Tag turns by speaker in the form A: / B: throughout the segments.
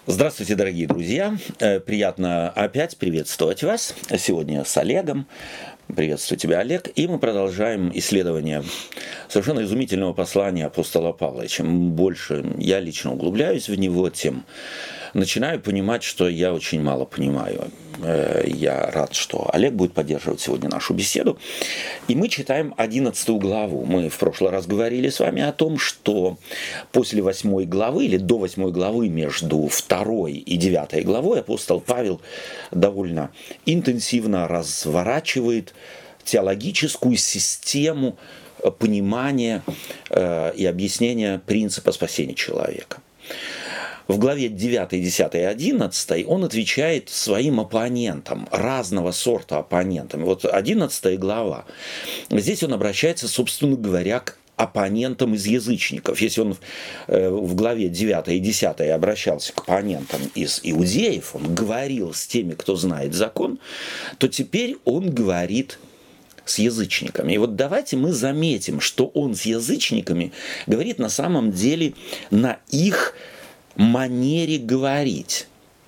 A: Здравствуйте, дорогие друзья! Приятно опять приветствовать вас. Сегодня с Олегом. Приветствую тебя, Олег. И мы продолжаем исследование совершенно изумительного послания апостола Павла. Чем больше я лично углубляюсь в него, тем начинаю понимать, что я очень мало понимаю. Я рад, что Олег будет поддерживать сегодня нашу беседу. И мы читаем 11 главу. Мы в прошлый раз говорили с вами о том, что после 8 главы или до 8 главы между 2 и 9 главой апостол Павел довольно интенсивно разворачивает теологическую систему понимания и объяснения принципа спасения человека. В главе 9, 10 и 11 он отвечает своим оппонентам, разного сорта оппонентам. Вот 11 глава. Здесь он обращается, собственно говоря, к оппонентам из язычников. Если он в главе 9 и 10 обращался к оппонентам из иудеев, он говорил с теми, кто знает закон, то теперь он говорит с язычниками. И вот давайте мы заметим, что он с язычниками говорит на самом деле на их манере говорить.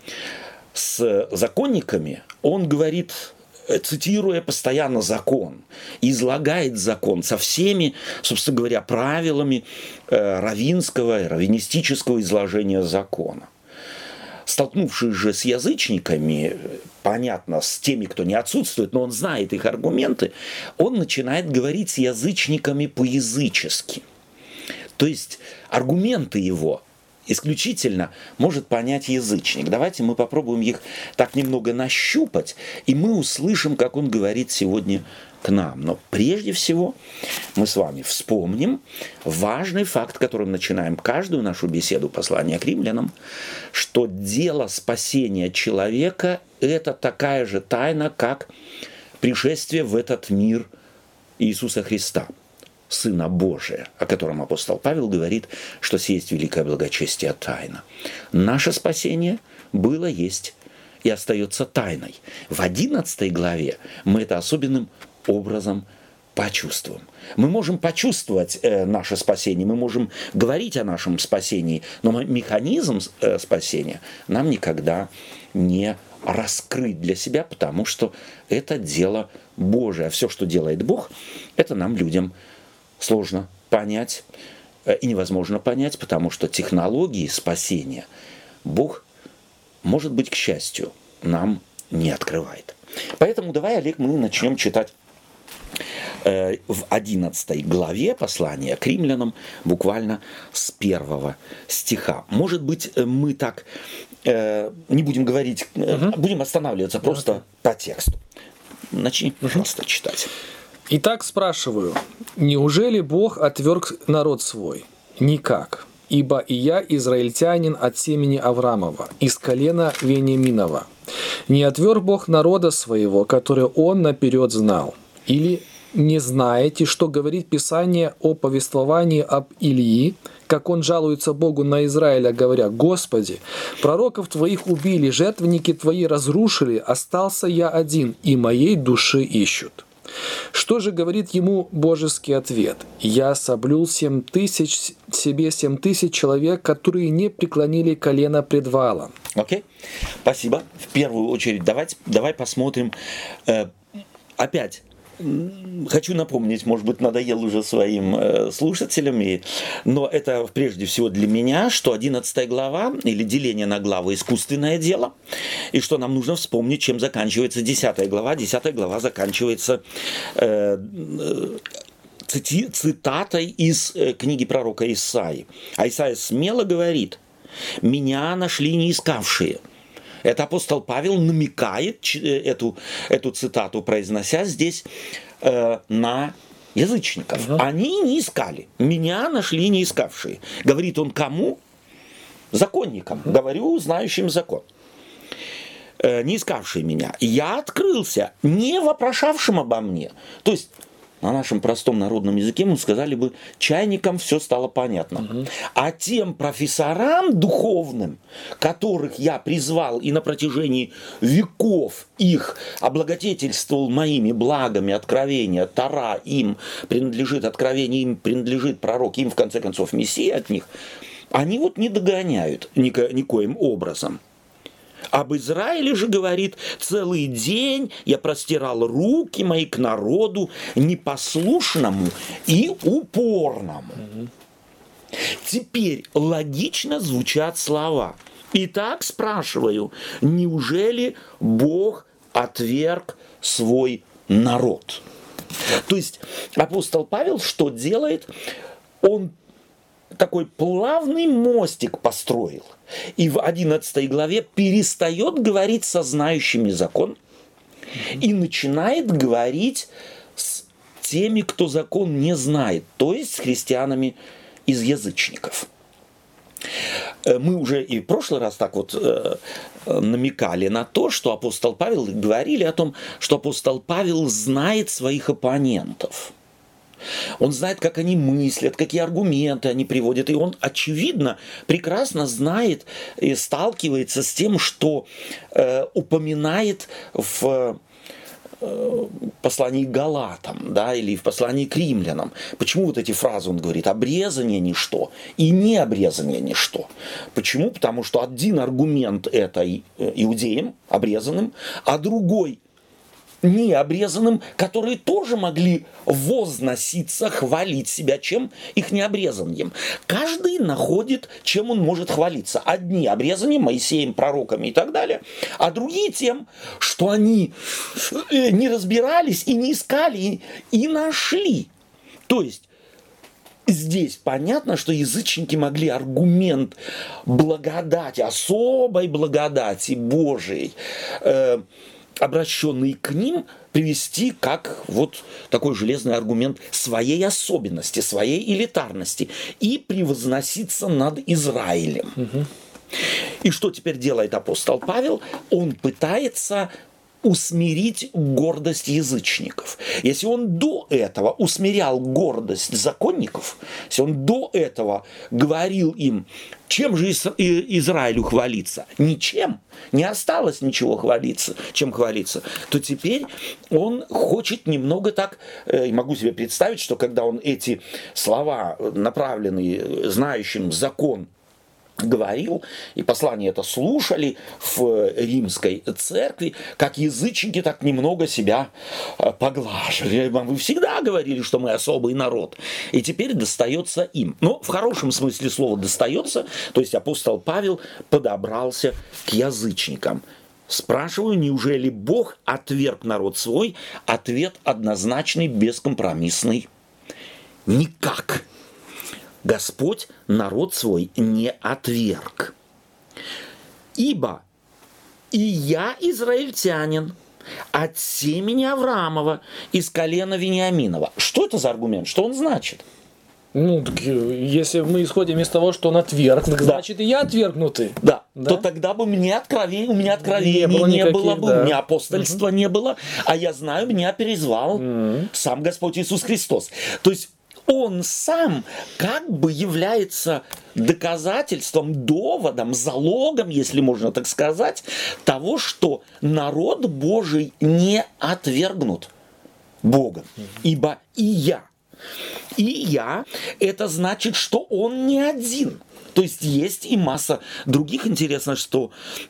A: С законниками он говорит, цитируя постоянно закон, излагает закон со всеми, собственно говоря, правилами раввинского, раввинистического изложения закона. Столкнувшись же с язычниками, понятно, с теми, кто не отсутствует, но он знает их аргументы, он начинает говорить с язычниками по-язычески. То есть аргументы его исключительно может понять язычник. Давайте мы попробуем их так немного нащупать, и мы услышим, как он говорит сегодня к нам. Но прежде всего мы с вами вспомним важный факт, которым начинаем каждую нашу беседу послания к римлянам, что дело спасения человека – это такая же тайна, как пришествие в этот мир Иисуса Христа, Сына Божия, о котором апостол Павел говорит, что сие есть великое благочестие тайна. Наше спасение было, есть и остается тайной. В 11 главе мы это особенным образом почувствуем. Мы можем почувствовать наше спасение, мы можем говорить о нашем спасении, но механизм спасения нам никогда не раскрыть для себя, потому что это дело Божие. А все, что делает Бог, это нам, людям, сложно понять и невозможно понять, потому что технологии спасения Бог, может быть, к счастью, нам не открывает. Поэтому давай, Олег, мы начнем читать в 11 главе послания к римлянам буквально с 1 стиха. Может быть, мы так не будем говорить, будем останавливаться просто по тексту. Начни, пожалуйста, читать.
B: Итак, спрашиваю, неужели Бог отверг народ свой? Никак. Ибо и я израильтянин от семени Авраамова, из колена Вениаминова. Не отверг Бог народа своего, который Он наперед знал. Или не знаете, что говорит Писание о повествовании об Илии, как он жалуется Богу на Израиля, говоря: «Господи, пророков Твоих убили, жертвенники Твои разрушили, остался я один, и моей души ищут». Что же говорит ему божеский ответ? «Я соблюл 7 тысяч человек, которые не преклонили колено пред Ваалом».
A: Окей, спасибо. В первую очередь давай посмотрим опять. Хочу напомнить, может быть, надоел уже своим слушателям, но это прежде всего для меня, что 11 глава, или деление на главы, искусственное дело, и что нам нужно вспомнить, чем заканчивается 10 глава. 10 глава заканчивается цитатой из книги пророка Исаии. А Исаия смело говорит: «Меня нашли не искавшие». Это апостол Павел намекает эту цитату, произнося здесь на язычников. Они не искали. Меня нашли не искавшие. Говорит он кому? Законникам. Говорю, знающим закон. Не искавшие меня. Я открылся, не вопрошавшим обо мне. То есть на нашем простом народном языке мы сказали бы, чайникам все стало понятно. А тем профессорам духовным, которых я призвал и на протяжении веков их облагодетельствовал моими благами откровения, Тора им принадлежит, откровение им принадлежит, пророк им, в конце концов, Мессия от них, они вот не догоняют никоим образом. Об Израиле же говорит: целый день я простирал руки мои к народу непослушному и упорному. Теперь логично звучат слова. Итак, спрашиваю, неужели Бог отверг свой народ? То есть апостол Павел что делает? Он такой плавный мостик построил. И в 11 главе перестает говорить со знающими закон и начинает говорить с теми, кто закон не знает, то есть с христианами из язычников. Мы уже и в прошлый раз так вот намекали на то, что апостол Павел, говорили о том, что апостол Павел знает своих оппонентов. Он знает, как они мыслят, какие аргументы они приводят. И он, очевидно, прекрасно знает и сталкивается с тем, что упоминает в послании к Галатам, да, или в послании к римлянам. Почему вот эти фразы он говорит? Обрезание ничто и не обрезание ничто. Почему? Потому что один аргумент это иудеям, обрезанным, а другой необрезанным, которые тоже могли возноситься, хвалить себя, чем их необрезанием. Каждый находит, чем он может хвалиться. Одни обрезанием, Моисеем, пророками и так далее, а другие тем, что они не разбирались и не искали, и нашли. То есть здесь понятно, что язычники могли аргумент благодати, особой благодати Божией, обращенный к ним, привести как вот такой железный аргумент своей особенности, своей элитарности и превозноситься над Израилем. И что теперь делает апостол Павел? Он пытается усмирить гордость язычников. Если он до этого усмирял гордость законников, если он до этого говорил им, чем же Израилю хвалиться? Ничем. Не осталось ничего хвалиться, чем хвалиться. То теперь он хочет немного так, и могу себе представить, что когда он эти слова, направленные знающим закон, говорил, и послание это слушали в римской церкви, как язычники так немного себя поглаживали. Вы всегда говорили, что мы особый народ. И теперь достается им. Но в хорошем смысле слова достается, то есть апостол Павел подобрался к язычникам. Спрашиваю, неужели Бог отверг народ свой? Ответ однозначный, бескомпромиссный. Никак. Господь народ свой не отверг. Ибо и я израильтянин от семени Авраамова из колена Вениаминова. Что это за аргумент? Что он значит?
B: Ну, так, если мы исходим из того, что он отверг, так значит и я отвергнутый.
A: Да. То тогда бы у меня откровений не было бы, у меня апостольства не было, а я знаю, меня перезвал сам Господь Иисус Христос. То есть он сам как бы является доказательством, доводом, залогом, если можно так сказать, того, что народ Божий не отвергнут Богом. Ибо и я. И я, это значит, что он не один. То есть есть и масса других. Интересно, что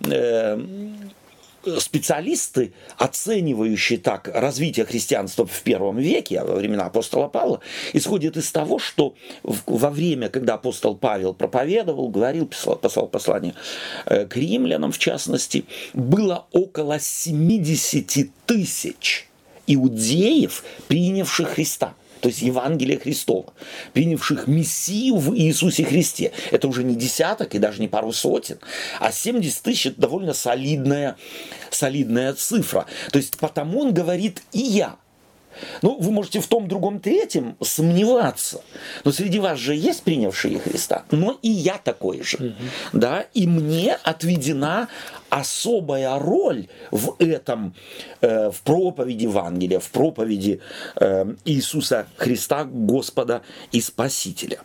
A: специалисты, оценивающие так развитие христианства в первом веке, во времена апостола Павла, исходят из того, что во время, когда апостол Павел проповедовал, говорил, послал послание к римлянам, в частности, было около 70 тысяч иудеев, принявших Христа. То есть Евангелие Христова, принявших Мессию в Иисусе Христе. Это уже не десяток и даже не пару сотен, а 70 тысяч – это довольно солидная цифра. То есть потому он говорит «и я». Ну, вы можете в том, другом, третьем сомневаться. Но среди вас же есть принявшие Христа. Но и я такой же. Да? И мне отведена особая роль в этом, в проповеди Евангелия, в проповеди Иисуса Христа, Господа и Спасителя.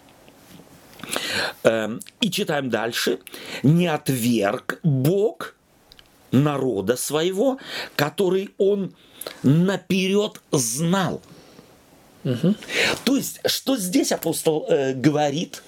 A: И читаем дальше. «Не отверг Бог народа своего, который Он наперед знал». То есть, что здесь апостол говорит?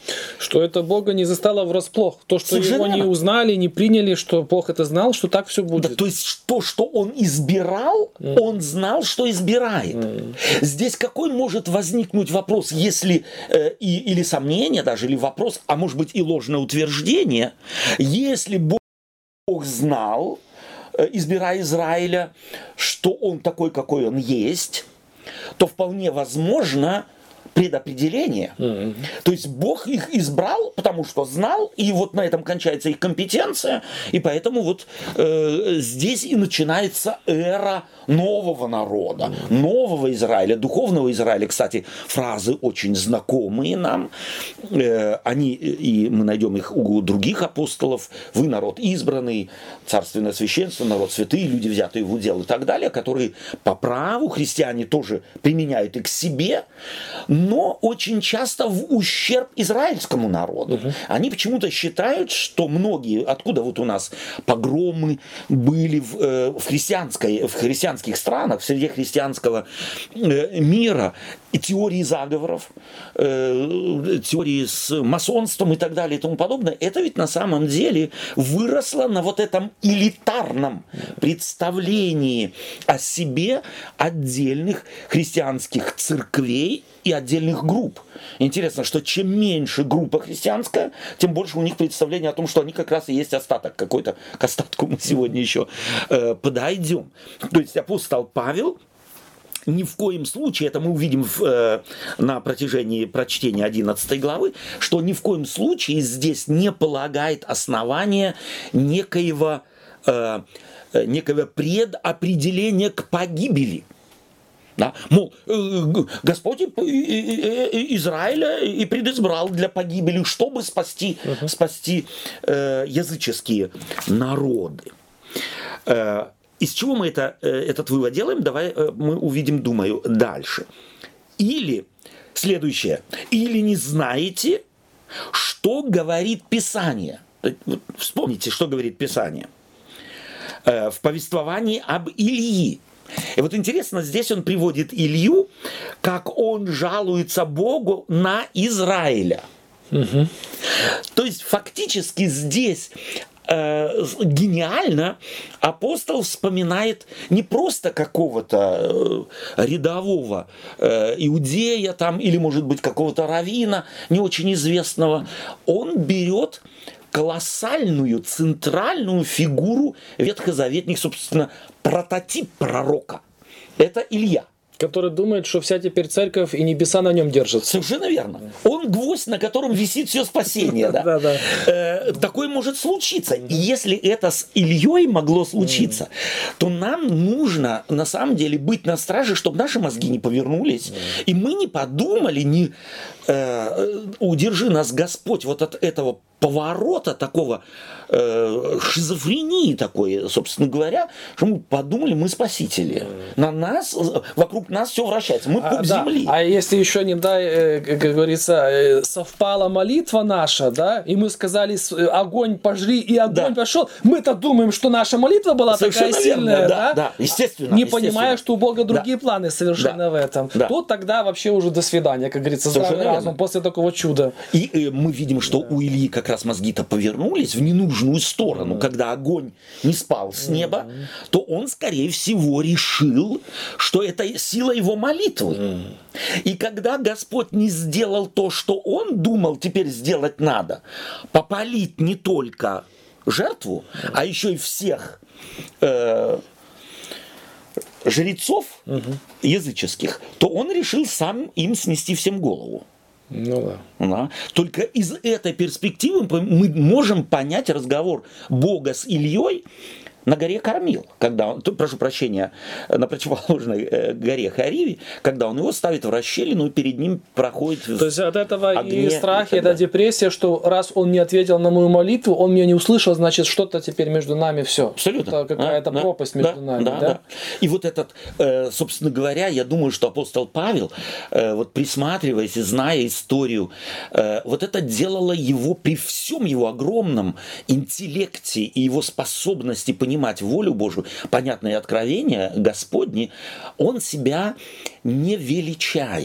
B: Что это Бога не застало врасплох. То, что
A: Совершенно
B: его не
A: верно.
B: узнали, не приняли, что Бог это знал, что так все будет.
A: Да, то есть то, что он избирал, он знал, что избирает. Здесь какой может возникнуть вопрос, если или сомнение даже, или вопрос, а может быть и ложное утверждение, если Бог знал, избирая Израиля, что он такой, какой он есть, то вполне возможно предопределение. То есть Бог их избрал, потому что знал, и вот на этом кончается их компетенция, и поэтому вот здесь и начинается эра нового народа, нового Израиля, духовного Израиля. Кстати, фразы очень знакомые нам, они, и мы найдем их у других апостолов: вы народ избранный, царственное священство, народ святые, люди, взятые в удел и так далее, которые по праву христиане тоже применяют и к себе, но очень часто в ущерб израильскому народу. Они почему-то считают, что многие, откуда вот у нас погромы были в христианских странах, в среде христианского мира, и теории заговоров, теории с масонством и так далее и тому подобное, это ведь на самом деле выросло на вот этом элитарном представлении о себе отдельных христианских церквей и отдельных групп. Интересно, что чем меньше группа христианская, тем больше у них представление о том, что они как раз и есть остаток какой-то. К остатку мы сегодня еще подойдем. То есть апостол Павел ни в коем случае, это мы увидим на протяжении прочтения 11 главы, что ни в коем случае здесь не полагает основания некоего предопределения к погибели. Да? Мол, Господь Израиля и предизбрал для погибели, чтобы спасти языческие народы. Из чего мы этот вывод делаем? Давай мы увидим, думаю, дальше. Или, следующее, или не знаете, что говорит Писание. Вспомните, что говорит Писание. В повествовании об Илии. И вот интересно, здесь он приводит Илью, как он жалуется Богу на Израиля. То есть фактически здесь гениально апостол вспоминает не просто какого-то рядового иудея там, или, может быть, какого-то раввина, не очень известного. Он берет колоссальную, центральную фигуру ветхозаветных, собственно, прототип пророка. Это Илья.
B: Который думает, что вся теперь церковь и небеса на нем держатся.
A: Совершенно верно. Он гвоздь, на котором висит все спасение. Такое может случиться. И если это с Ильей могло случиться, то нам нужно, на самом деле, быть на страже, чтобы наши мозги не повернулись. И мы не подумали, не удержи нас Господь вот от этого поворота, такого шизофрении такой, собственно говоря, что мы подумали, мы спасители. На нас, вокруг нас все вращается. Мы пуп земли.
B: А если еще, не дай, как говорится, совпала молитва наша, да, и мы сказали, огонь пожри, и огонь пошел, мы-то думаем, что наша молитва была
A: совершенно
B: такая сильная,
A: верно,
B: да?
A: Да, естественно.
B: Не понимая, что у Бога другие планы совершенно в этом. То тогда вообще уже до свидания, как говорится, здравый разум после такого чуда.
A: И мы видим, что у Ильи как раз мозги-то повернулись в ненужную сторону. Когда огонь не спал с неба, то он, скорее всего, решил, что это сила его молитвы. И когда Господь не сделал то, что он думал теперь сделать надо, попалить не только жертву, а еще и всех жрецов языческих, то он решил сам им снести всем голову.
B: Ну да.
A: Да. Только из этой перспективы мы можем понять разговор Бога с Ильей на горе Кормил, когда он, прошу прощения, на противоположной горе Хариве, когда он его ставит в расщелину, и перед ним проходит.
B: То есть от этого и страх, и эта депрессия, что раз он не ответил на мою молитву, он меня не услышал, значит, что-то теперь между нами все.
A: Абсолютно.
B: Это какая-то пропасть между нами. Да?
A: И вот этот, собственно говоря, я думаю, что апостол Павел, вот присматриваясь и зная историю, вот это делало его при всем его огромном интеллекте и его способности понимать волю Божию, понятное откровение Господне, он себя не величает.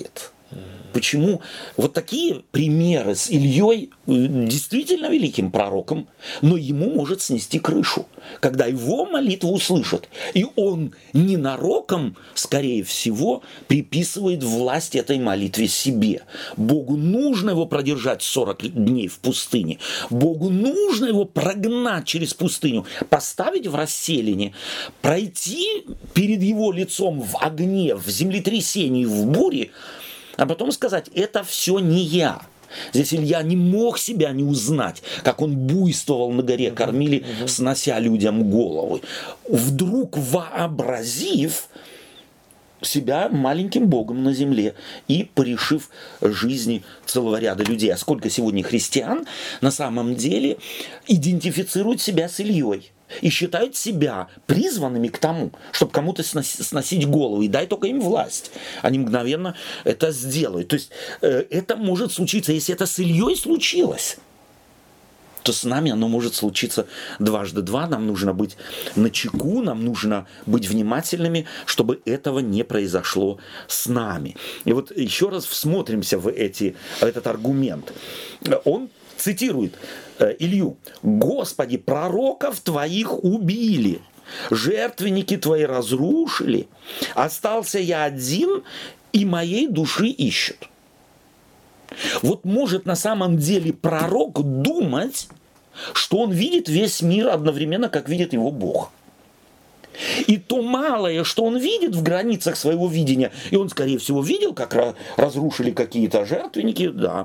A: Почему вот такие примеры с Ильей, действительно великим пророком, но ему может снести крышу, когда его молитву услышат. И он ненароком, скорее всего, приписывает власть этой молитве себе. Богу нужно его продержать 40 дней в пустыне. Богу нужно его прогнать через пустыню, поставить в расселине, пройти перед его лицом в огне, в землетрясении, в буре, а потом сказать: это все не я. Здесь Илья не мог себя не узнать, как он буйствовал на горе Кормили, снося людям головы. Вдруг вообразив себя маленьким богом на земле и порешив жизни целого ряда людей. А сколько сегодня христиан на самом деле идентифицируют себя с Ильей и считают себя призванными к тому, чтобы кому-то сносить голову, и дай только им власть. Они мгновенно это сделают. То есть это может случиться, если это с Ильей случилось, то с нами оно может случиться дважды два. Нам нужно быть начеку, нам нужно быть внимательными, чтобы этого не произошло с нами. И вот еще раз всмотримся в этот аргумент. Он цитирует Илью: «Господи, пророков твоих убили, жертвенники твои разрушили, остался я один, и моей души ищут». Вот может на самом деле пророк думать, что он видит весь мир одновременно, как видит его Бог. И то малое, что он видит в границах своего видения, и он, скорее всего, видел, как разрушили какие-то жертвенники, да,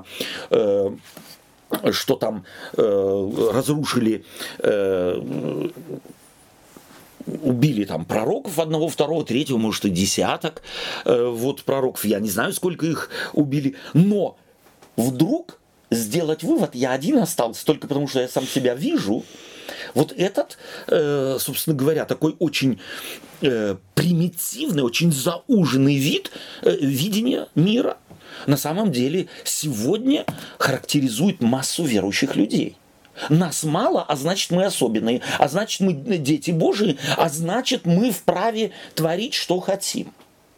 A: что там разрушили, убили там пророков одного, второго, третьего, может и десяток вот пророков, я не знаю, сколько их убили, но вдруг сделать вывод: я один остался только потому, что я сам себя вижу. Вот этот, собственно говоря, такой очень примитивный, очень зауженный вид видения мира на самом деле сегодня характеризует массу верующих людей. Нас мало, а значит мы особенные, а значит мы дети Божии, а значит мы вправе творить, что хотим.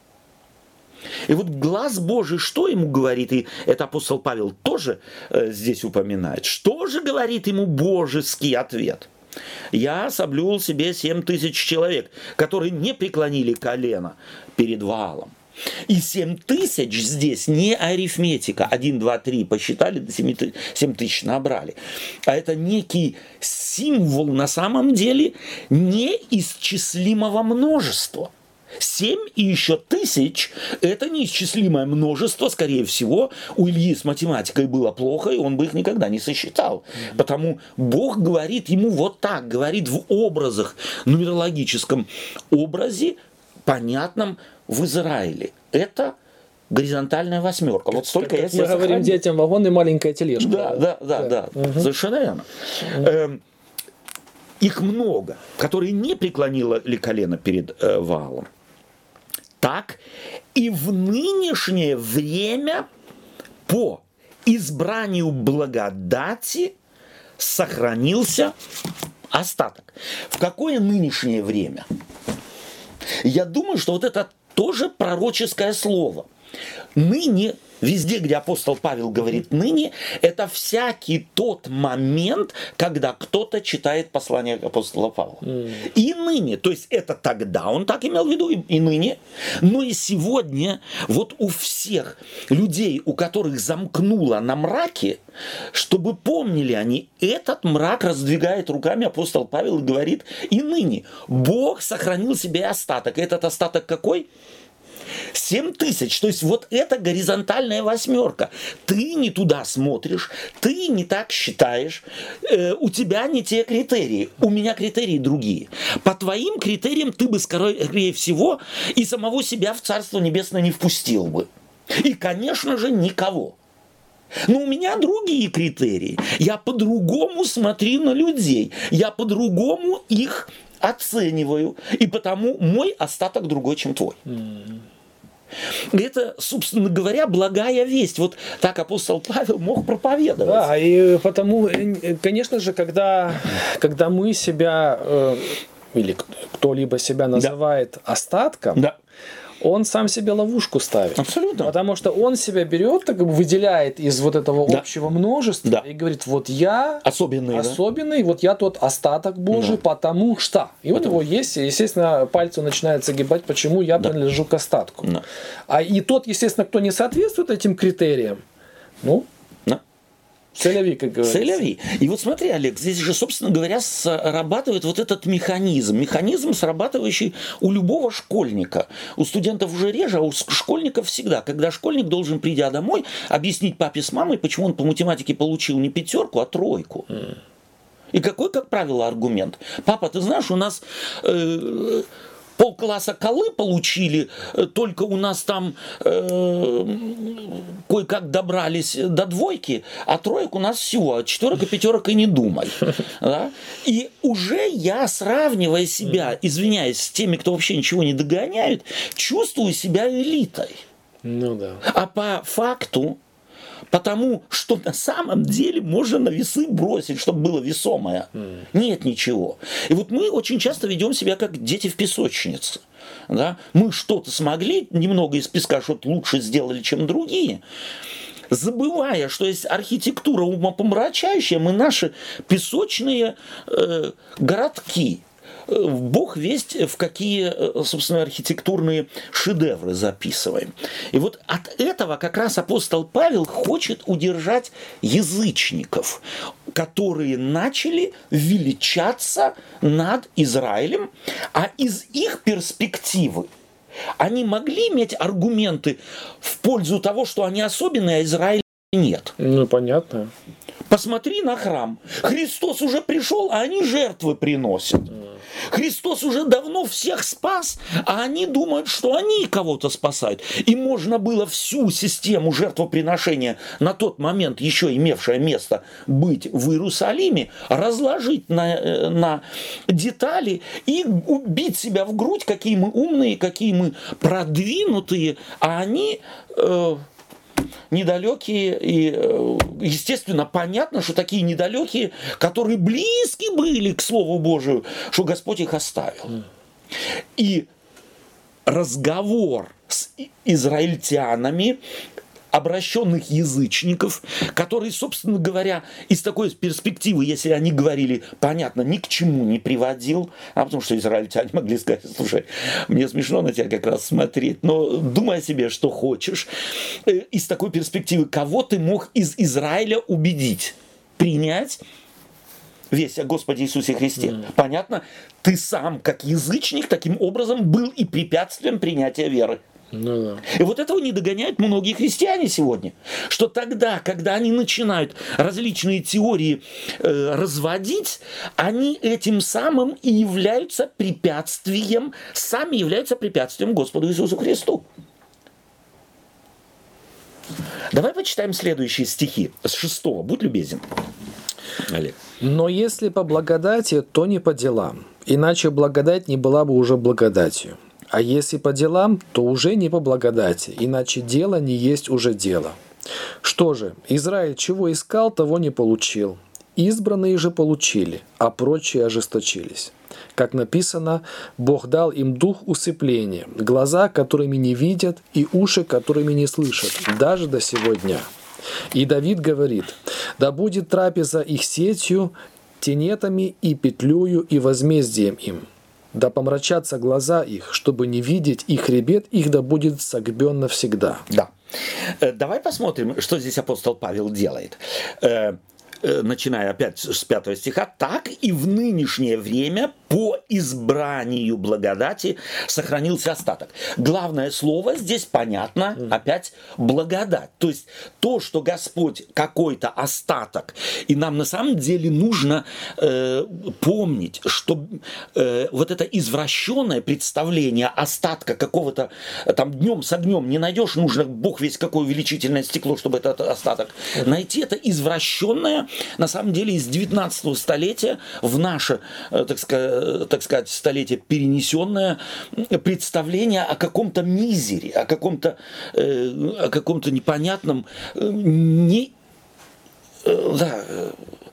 A: И вот глаз Божий, что ему говорит, и это апостол Павел тоже здесь упоминает, что же говорит ему божеский ответ? «Я соблюл себе 7000 человек, которые не преклонили колено перед Ваалом». И 7000 здесь не арифметика. 1, 2, 3 посчитали, 7000 набрали. А это некий символ на самом деле неисчислимого множества. 7 и еще 1000 – это неисчислимое множество. Скорее всего, у Ильи с математикой было плохо, и он бы их никогда не сосчитал. Потому Бог говорит ему вот так, говорит в образах, нумерологическом образе, понятном в Израиле. Это горизонтальная восьмерка. Вот столько я себе сохранил.
B: Мы говорим детям: вагон и маленькая тележка.
A: Да. Совершенно верно. Их много, которые не преклонили колено перед Ваалом. Так и в нынешнее время по избранию благодати сохранился остаток. В какое нынешнее время? Я думаю, что вот это тоже пророческое слово. Ныне, везде, где апостол Павел говорит «ныне», это всякий тот момент, когда кто-то читает послание апостола Павла. И ныне, то есть это тогда он так имел в виду, и ныне, но и сегодня вот у всех людей, у которых замкнуло на мраке, чтобы помнили они, этот мрак раздвигает руками апостол Павел и говорит: и ныне Бог сохранил себе остаток. Этот остаток какой? 7000, то есть вот это горизонтальная восьмерка. Ты не туда смотришь, ты не так считаешь, у тебя не те критерии, у меня критерии другие. По твоим критериям ты бы, скорее всего, и самого себя в Царство Небесное не впустил бы. И, конечно же, никого. Но у меня другие критерии. Я по-другому смотрю на людей, я по-другому их оцениваю, и потому мой остаток другой, чем твой. Это, собственно говоря, благая весть. Вот так апостол Павел мог проповедовать.
B: Да, и потому, конечно же, когда мы себя, или кто-либо себя называет остатком, он сам себе ловушку ставит.
A: Абсолютно.
B: Потому что он себя берет, так, выделяет из вот этого общего множества и говорит, вот я особенный, вот я тот остаток Божий, потому что. И у него есть, естественно, пальцы начинают загибать, почему я принадлежу к остатку. И тот, естественно, кто не соответствует этим критериям, Целяви, как говорится.
A: Целяви. И вот смотри, Олег, здесь же, собственно говоря, срабатывает вот этот механизм. Механизм, срабатывающий у любого школьника. У студентов уже реже, а у школьников всегда. Когда школьник должен, придя домой, объяснить папе с мамой, почему он по математике получил не 5, а 3. И какой, как правило, аргумент? Папа, ты знаешь, у нас... полкласса колы получили, только у нас там кое-как добрались до 2, а 3 у нас всего, а 4 и 5 и не думай. Да? И уже я, сравнивая себя, извиняюсь, с теми, кто вообще ничего не догоняет, чувствую себя элитой.
B: Ну да.
A: А по факту, потому что на самом деле можно на весы бросить, чтобы было весомое. Нет ничего. И вот мы очень часто ведем себя как дети в песочнице. Да? Мы что-то смогли, немного из песка что-то лучше сделали, чем другие. Забывая, что есть архитектура умопомрачающая, мы наши песочные городки, Бог весть, в какие, собственно, архитектурные шедевры записываем. И вот от этого как раз апостол Павел хочет удержать язычников, которые начали величаться над Израилем, а из их перспективы они могли иметь аргументы в пользу того, что они особенные, а Израиль нет.
B: Ну, понятно.
A: Посмотри на храм. Христос уже пришел, а они жертвы приносят. Христос уже давно всех спас, а они думают, что они кого-то спасают. И можно было всю систему жертвоприношения, на тот момент еще имевшее место быть в Иерусалиме, разложить на детали и убить себя в грудь, какие мы умные, какие мы продвинутые, а они... недалекие, и, естественно, понятно, что такие недалекие, которые близки были к Слову Божию, что Господь их оставил. И разговор с израильтянами, обращенных язычников, которые, собственно говоря, из такой перспективы, если они говорили, понятно, ни к чему не приводил, потому что израильтяне могли сказать, слушай, мне смешно на тебя как раз смотреть, но думай о себе, что хочешь. Из такой перспективы, кого ты мог из Израиля убедить, принять весть о Господе Иисусе Христе? Понятно, ты сам, как язычник, таким образом был и препятствием принятия веры.
B: Ну, да.
A: И вот этого не догоняют многие христиане сегодня, что тогда, когда они начинают различные теории разводить, они этим самым и являются препятствием, сами являются препятствием Господу Иисусу Христу. Давай почитаем следующие стихи с 6. Будь любезен, Олег.
B: Но если по благодати, то не по делам, иначе благодать не была бы уже благодатью. А если по делам, то уже не по благодати, иначе дело не есть уже дело. Что же, Израиль чего искал, того не получил. Избранные же получили, а прочие ожесточились. Как написано, Бог дал им дух усыпления, глаза, которыми не видят, и уши, которыми не слышат, даже до сего дня. И Давид говорит, да будет трапеза их сетью, тенетами и петлею и возмездием им. Да помрачатся глаза их, чтобы не видеть, и хребет их да будет согбен навсегда.
A: Да. Давай посмотрим, что здесь апостол Павел делает. Начиная опять с 5 стиха, так и в нынешнее время по избранию благодати сохранился остаток. Главное слово здесь понятно, опять благодать. То есть то, что Господь какой-то остаток, и нам на самом деле нужно помнить, что вот это извращенное представление остатка какого-то, там днем с огнем не найдешь, нужно Бог весь какое увеличительное стекло, чтобы этот остаток найти, это извращенное на самом деле из 19 столетия в наше, так сказать, столетие перенесенное представление о каком-то мизере, о каком-то непонятном,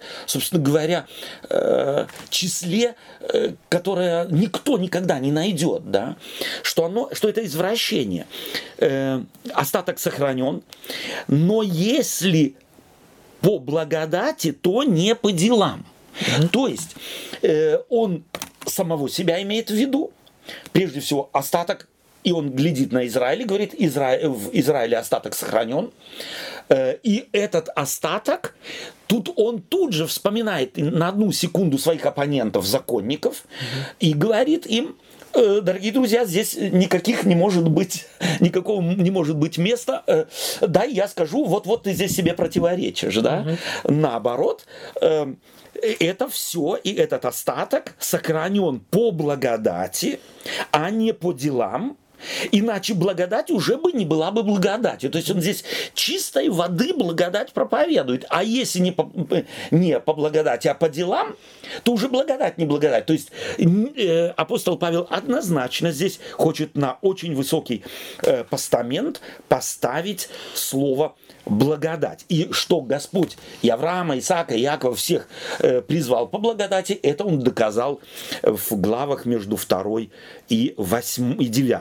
A: собственно говоря, числе, которое никто никогда не найдет, да? Что это извращение. Остаток сохранен, но если по благодати, то не по делам. То есть он самого себя имеет в виду, прежде всего остаток, и он глядит на Израиль и говорит, в Израиле остаток сохранен, и этот остаток, он тут же вспоминает на одну секунду своих оппонентов, законников, и говорит им, дорогие друзья, здесь никакого не может быть места. Да, я скажу, вот ты здесь себе противоречишь, да? Наоборот, это все, и этот остаток сохранен по благодати, а не по делам. Иначе благодать уже бы не была бы благодатью. То есть он здесь чистой воды благодать проповедует. А если не по благодати, а по делам, то уже благодать не благодать. То есть апостол Павел однозначно здесь хочет на очень высокий постамент поставить слово благодать. И что Господь и Авраама, Исаака, и Иакова всех призвал по благодати, это он доказал в главах между 2 и 8 и 9.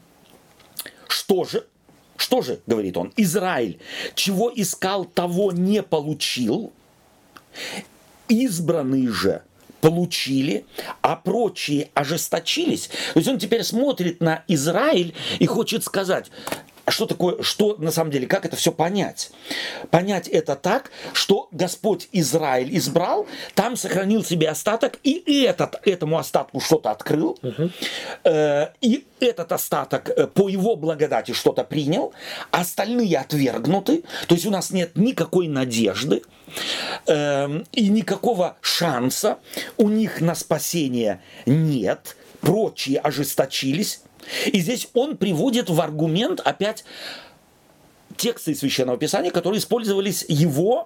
A: Что же, говорит он, Израиль, чего искал, того не получил, избранные же получили, а прочие ожесточились. То есть он теперь смотрит на Израиль и хочет сказать, что такое, что на самом деле, как это все понять? Понять это так, что Господь Израиль избрал, там сохранил себе остаток, и этому остатку что-то открыл, и этот остаток по его благодати что-то принял, остальные отвергнуты, то есть у нас нет никакой надежды и никакого шанса, у них на спасение нет, прочие ожесточились. И здесь он приводит в аргумент опять тексты из Священного Писания, которые использовались его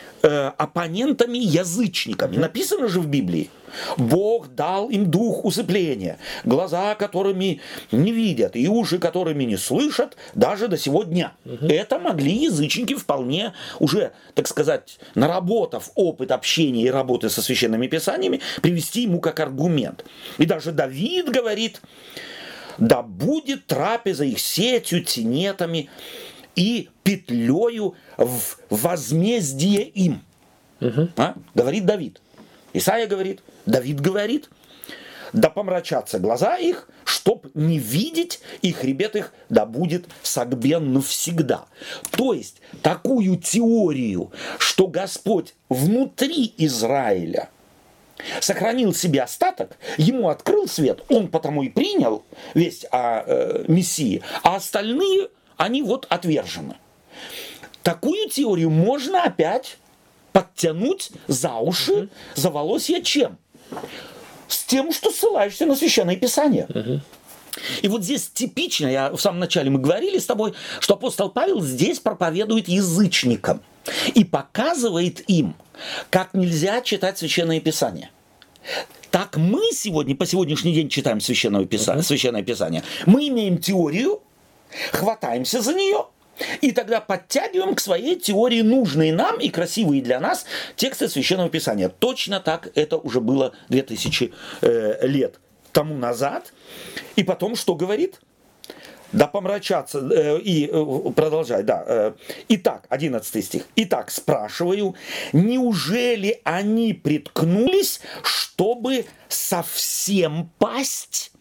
A: оппонентами-язычниками. Написано же в Библии: Бог дал им дух усыпления, глаза, которыми не видят, и уши, которыми не слышат, даже до сего дня. Это могли язычники вполне уже, так сказать, наработав опыт общения и работы со Священными Писаниями, привести ему как аргумент. И даже Давид говорит: да будет трапеза их сетью, тенетами и петлею в возмездие им. Говорит Давид. Исаия говорит, Давид говорит, да помрачатся глаза их, чтоб не видеть, и хребет их да будет согбен навсегда. То есть такую теорию, что Господь внутри Израиля сохранил себе остаток, ему открыл свет, он потому и принял весть о Мессии, а остальные, они вот отвержены. Такую теорию можно опять подтянуть за уши, за волосья чем? С тем, что ссылаешься на Священное Писание. И вот здесь типично, в самом начале мы говорили с тобой, что апостол Павел здесь проповедует язычникам и показывает им, как нельзя читать Священное Писание. Так мы сегодня, по сегодняшний день читаем Священное Писание. Мы имеем теорию, хватаемся за нее, и тогда подтягиваем к своей теории нужные нам и красивые для нас тексты Священного Писания. Точно так это уже было 2000 лет тому назад. И потом что говорит? Да помрачаться, и продолжай, да. Итак, 11 стих. Итак, спрашиваю, неужели они приткнулись, чтобы совсем пасть?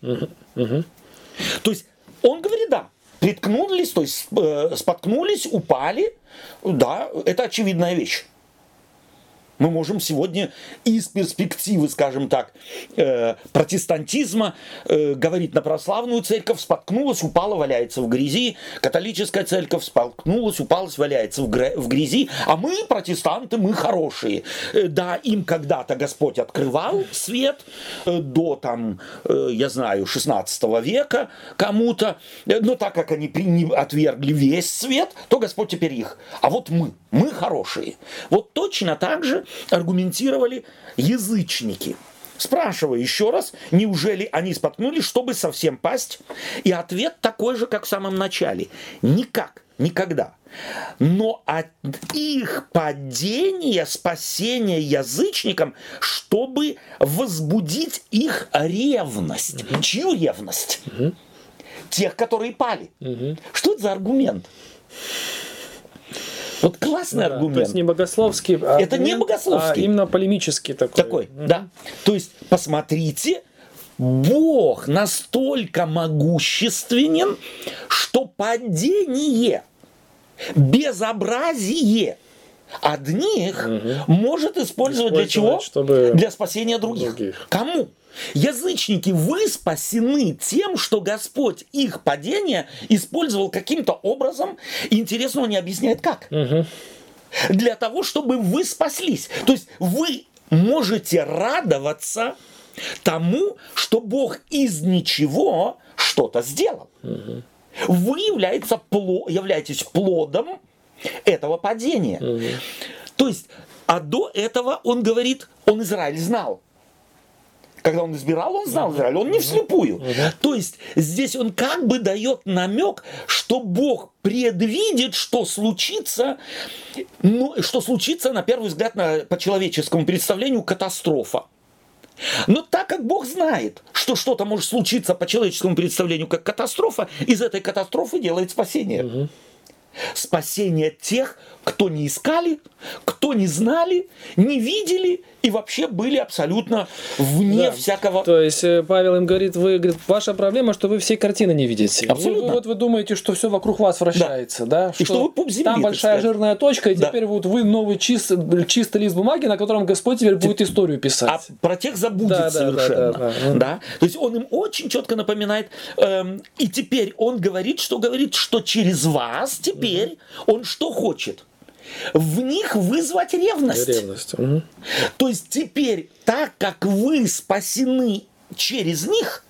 A: То есть он говорит, да, приткнулись, то есть споткнулись, упали, да, это очевидная вещь. Мы можем сегодня из перспективы, скажем так, протестантизма говорить на православную церковь: споткнулась, упала, валяется в грязи. Католическая церковь споткнулась, упала, валяется в грязи. А мы, протестанты, мы хорошие. Да, им когда-то Господь открывал свет до, там, я знаю, 16 века кому-то. Но так как они отвергли весь свет, то Господь теперь их. А вот мы хорошие. Вот точно так же аргументировали язычники. Спрашиваю еще раз, неужели они споткнулись, чтобы совсем пасть? И ответ такой же, как в самом начале. Никак. Никогда. Но от их падения, спасения язычникам, чтобы возбудить их ревность. Чью ревность? Тех, которые пали. Что это за аргумент? Вот классный аргумент.
B: То есть не богословский
A: аргумент, это не богословский.
B: А именно полемический такой.
A: Да. То есть, посмотрите, Бог настолько могущественен, что падение, безобразие одних может использовать для чего? Для спасения других. Кому? Язычники, вы спасены тем, что Господь их падение использовал каким-то образом, и интересно, он не объясняет как. Для того, чтобы вы спаслись. То есть вы можете радоваться тому, что Бог из ничего что-то сделал. Вы являетесь плодом этого падения. То есть, а до этого он говорит, он Израиль знал. Когда он избирал, он знал Израиль, он не вслепую. То есть здесь он как бы дает намек, что Бог предвидит, что случится, что случится, на первый взгляд, по человеческому представлению, катастрофа. Но так как Бог знает, что что-то может случиться по человеческому представлению как катастрофа, из этой катастрофы делает спасение. Спасение тех, кто не искали, кто не знали, не видели и вообще были абсолютно вне всякого...
B: То есть Павел им говорит, ваша проблема, что вы всей картины не видите.
A: Абсолютно.
B: Вы думаете, что все вокруг вас вращается, да?
A: И что вы пуп земли,
B: там большая жирная точка, и теперь вот вы новый чистый лист бумаги, на котором Господь теперь будет историю писать.
A: А про тех забудет совершенно. Да. То есть он им очень четко напоминает, и теперь он говорит, что через вас теперь он что хочет? В них вызвать ревность. То есть теперь, так как вы спасены через них,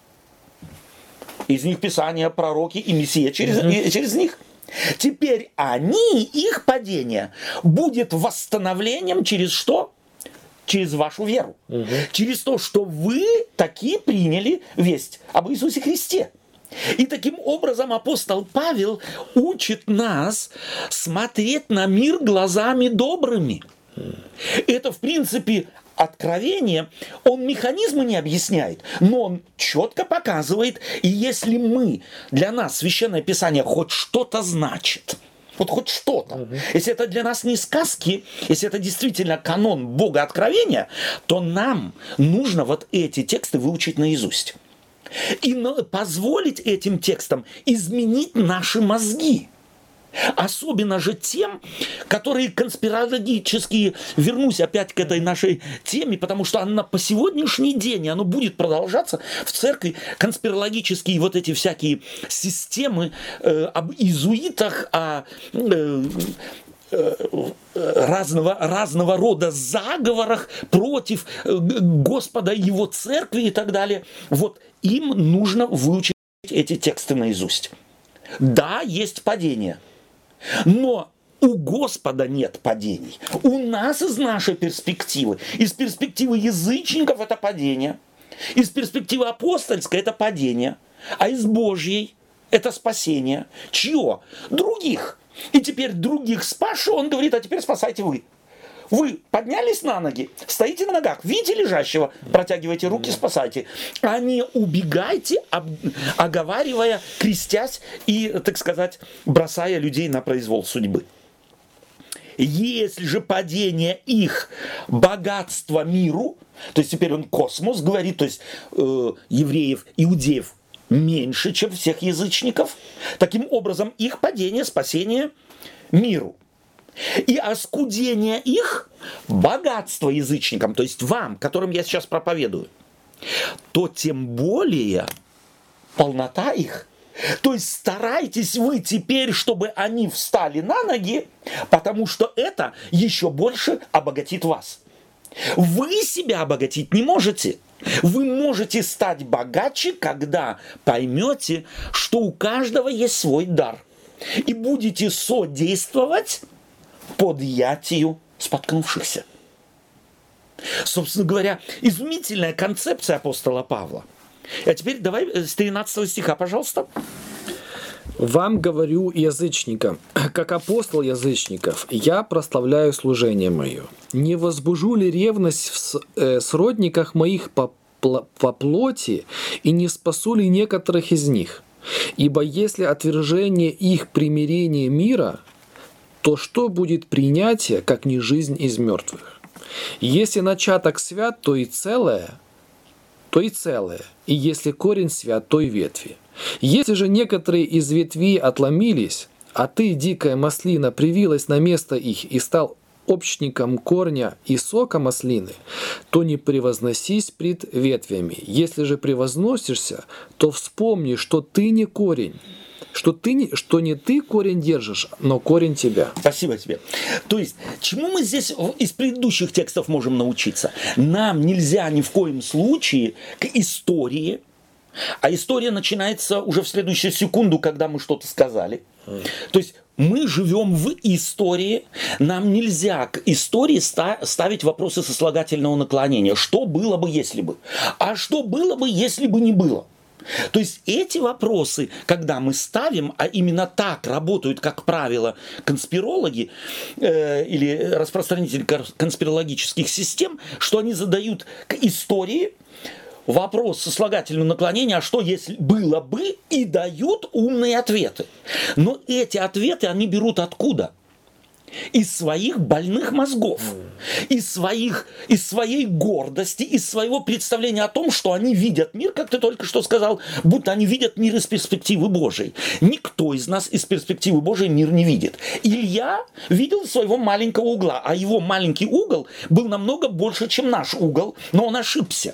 A: из них Писание, пророки и Мессия через них, теперь их падение будет восстановлением через что? Через вашу веру. Через то, что вы таки приняли весть об Иисусе Христе. И таким образом апостол Павел учит нас смотреть на мир глазами добрыми. Это, в принципе, откровение. Он механизмы не объясняет, но он четко показывает. И если для нас Священное Писание хоть что-то значит, вот хоть что-то, если это для нас не сказки, если это действительно канон Бога откровения, то нам нужно вот эти тексты выучить наизусть. И позволить этим текстам изменить наши мозги. Особенно же тем, которые конспирологические, вернусь опять к этой нашей теме, потому что она по сегодняшний день, и оно будет продолжаться в церкви, конспирологические вот эти всякие системы об иезуитах, о разного рода заговорах против Господа и Его церкви и так далее. Вот им нужно выучить эти тексты наизусть. Да, есть падение, но у Господа нет падений. У нас из нашей перспективы, из перспективы язычников это падение, из перспективы апостольской это падение, а из Божьей это спасение. Чье? Других. И теперь других спасши, он говорит, а теперь спасайте вы. Вы поднялись на ноги, стоите на ногах, видите лежащего, протягивайте руки, спасайте. А не убегайте, оговаривая, крестясь и, так сказать, бросая людей на произвол судьбы. Если же падение их богатства миру, то есть теперь он космос говорит, то есть евреев, иудеев меньше, чем всех язычников, таким образом их падение, спасение миру. И оскудение их богатство язычникам, то есть вам, которым я сейчас проповедую, то тем более полнота их. То есть старайтесь вы теперь, чтобы они встали на ноги, потому что это еще больше обогатит вас. Вы себя обогатить не можете. Вы можете стать богаче, когда поймете, что у каждого есть свой дар. И будете содействовать подъятию споткнувшихся. Собственно говоря, изумительная концепция апостола Павла. А теперь давай с 13 стиха, пожалуйста.
B: Вам говорю язычникам, как апостол язычников, я прославляю служение мое. Не возбужу ли ревность в сродниках моих по плоти, и не спасу ли некоторых из них? Ибо если отвержение их примирение мира, то что будет принятие, как не жизнь из мертвых? Если начаток свят, то и целое, и если корень свят, то и ветви. Если же некоторые из ветвей отломились, а ты, дикая маслина, привилась на место их и стал общником корня и сока маслины, то не превозносись пред ветвями. Если же превозносишься, то вспомни, что ты не корень, что не ты корень держишь, но корень тебя.
A: Спасибо тебе. То есть, чему мы здесь из предыдущих текстов можем научиться? Нам нельзя ни в коем случае к истории, а история начинается уже в следующую секунду, когда мы что-то сказали. То есть мы живем в истории, нам нельзя к истории ставить вопросы сослагательного наклонения. Что было бы, если бы? А что было бы, если бы не было? То есть эти вопросы, когда мы ставим, а именно так работают, как правило, конспирологи или распространители конспирологических систем, что они задают к истории вопрос сослагательного наклонения, а что если было бы, и дают умные ответы. Но эти ответы они берут откуда? Из своих больных мозгов, из своей гордости, из своего представления о том, что они видят мир, как ты только что сказал, будто они видят мир из перспективы Божией. Никто из нас из перспективы Божией мир не видит. Илья видел своего маленького угла, а его маленький угол был намного больше, чем наш угол, но он ошибся.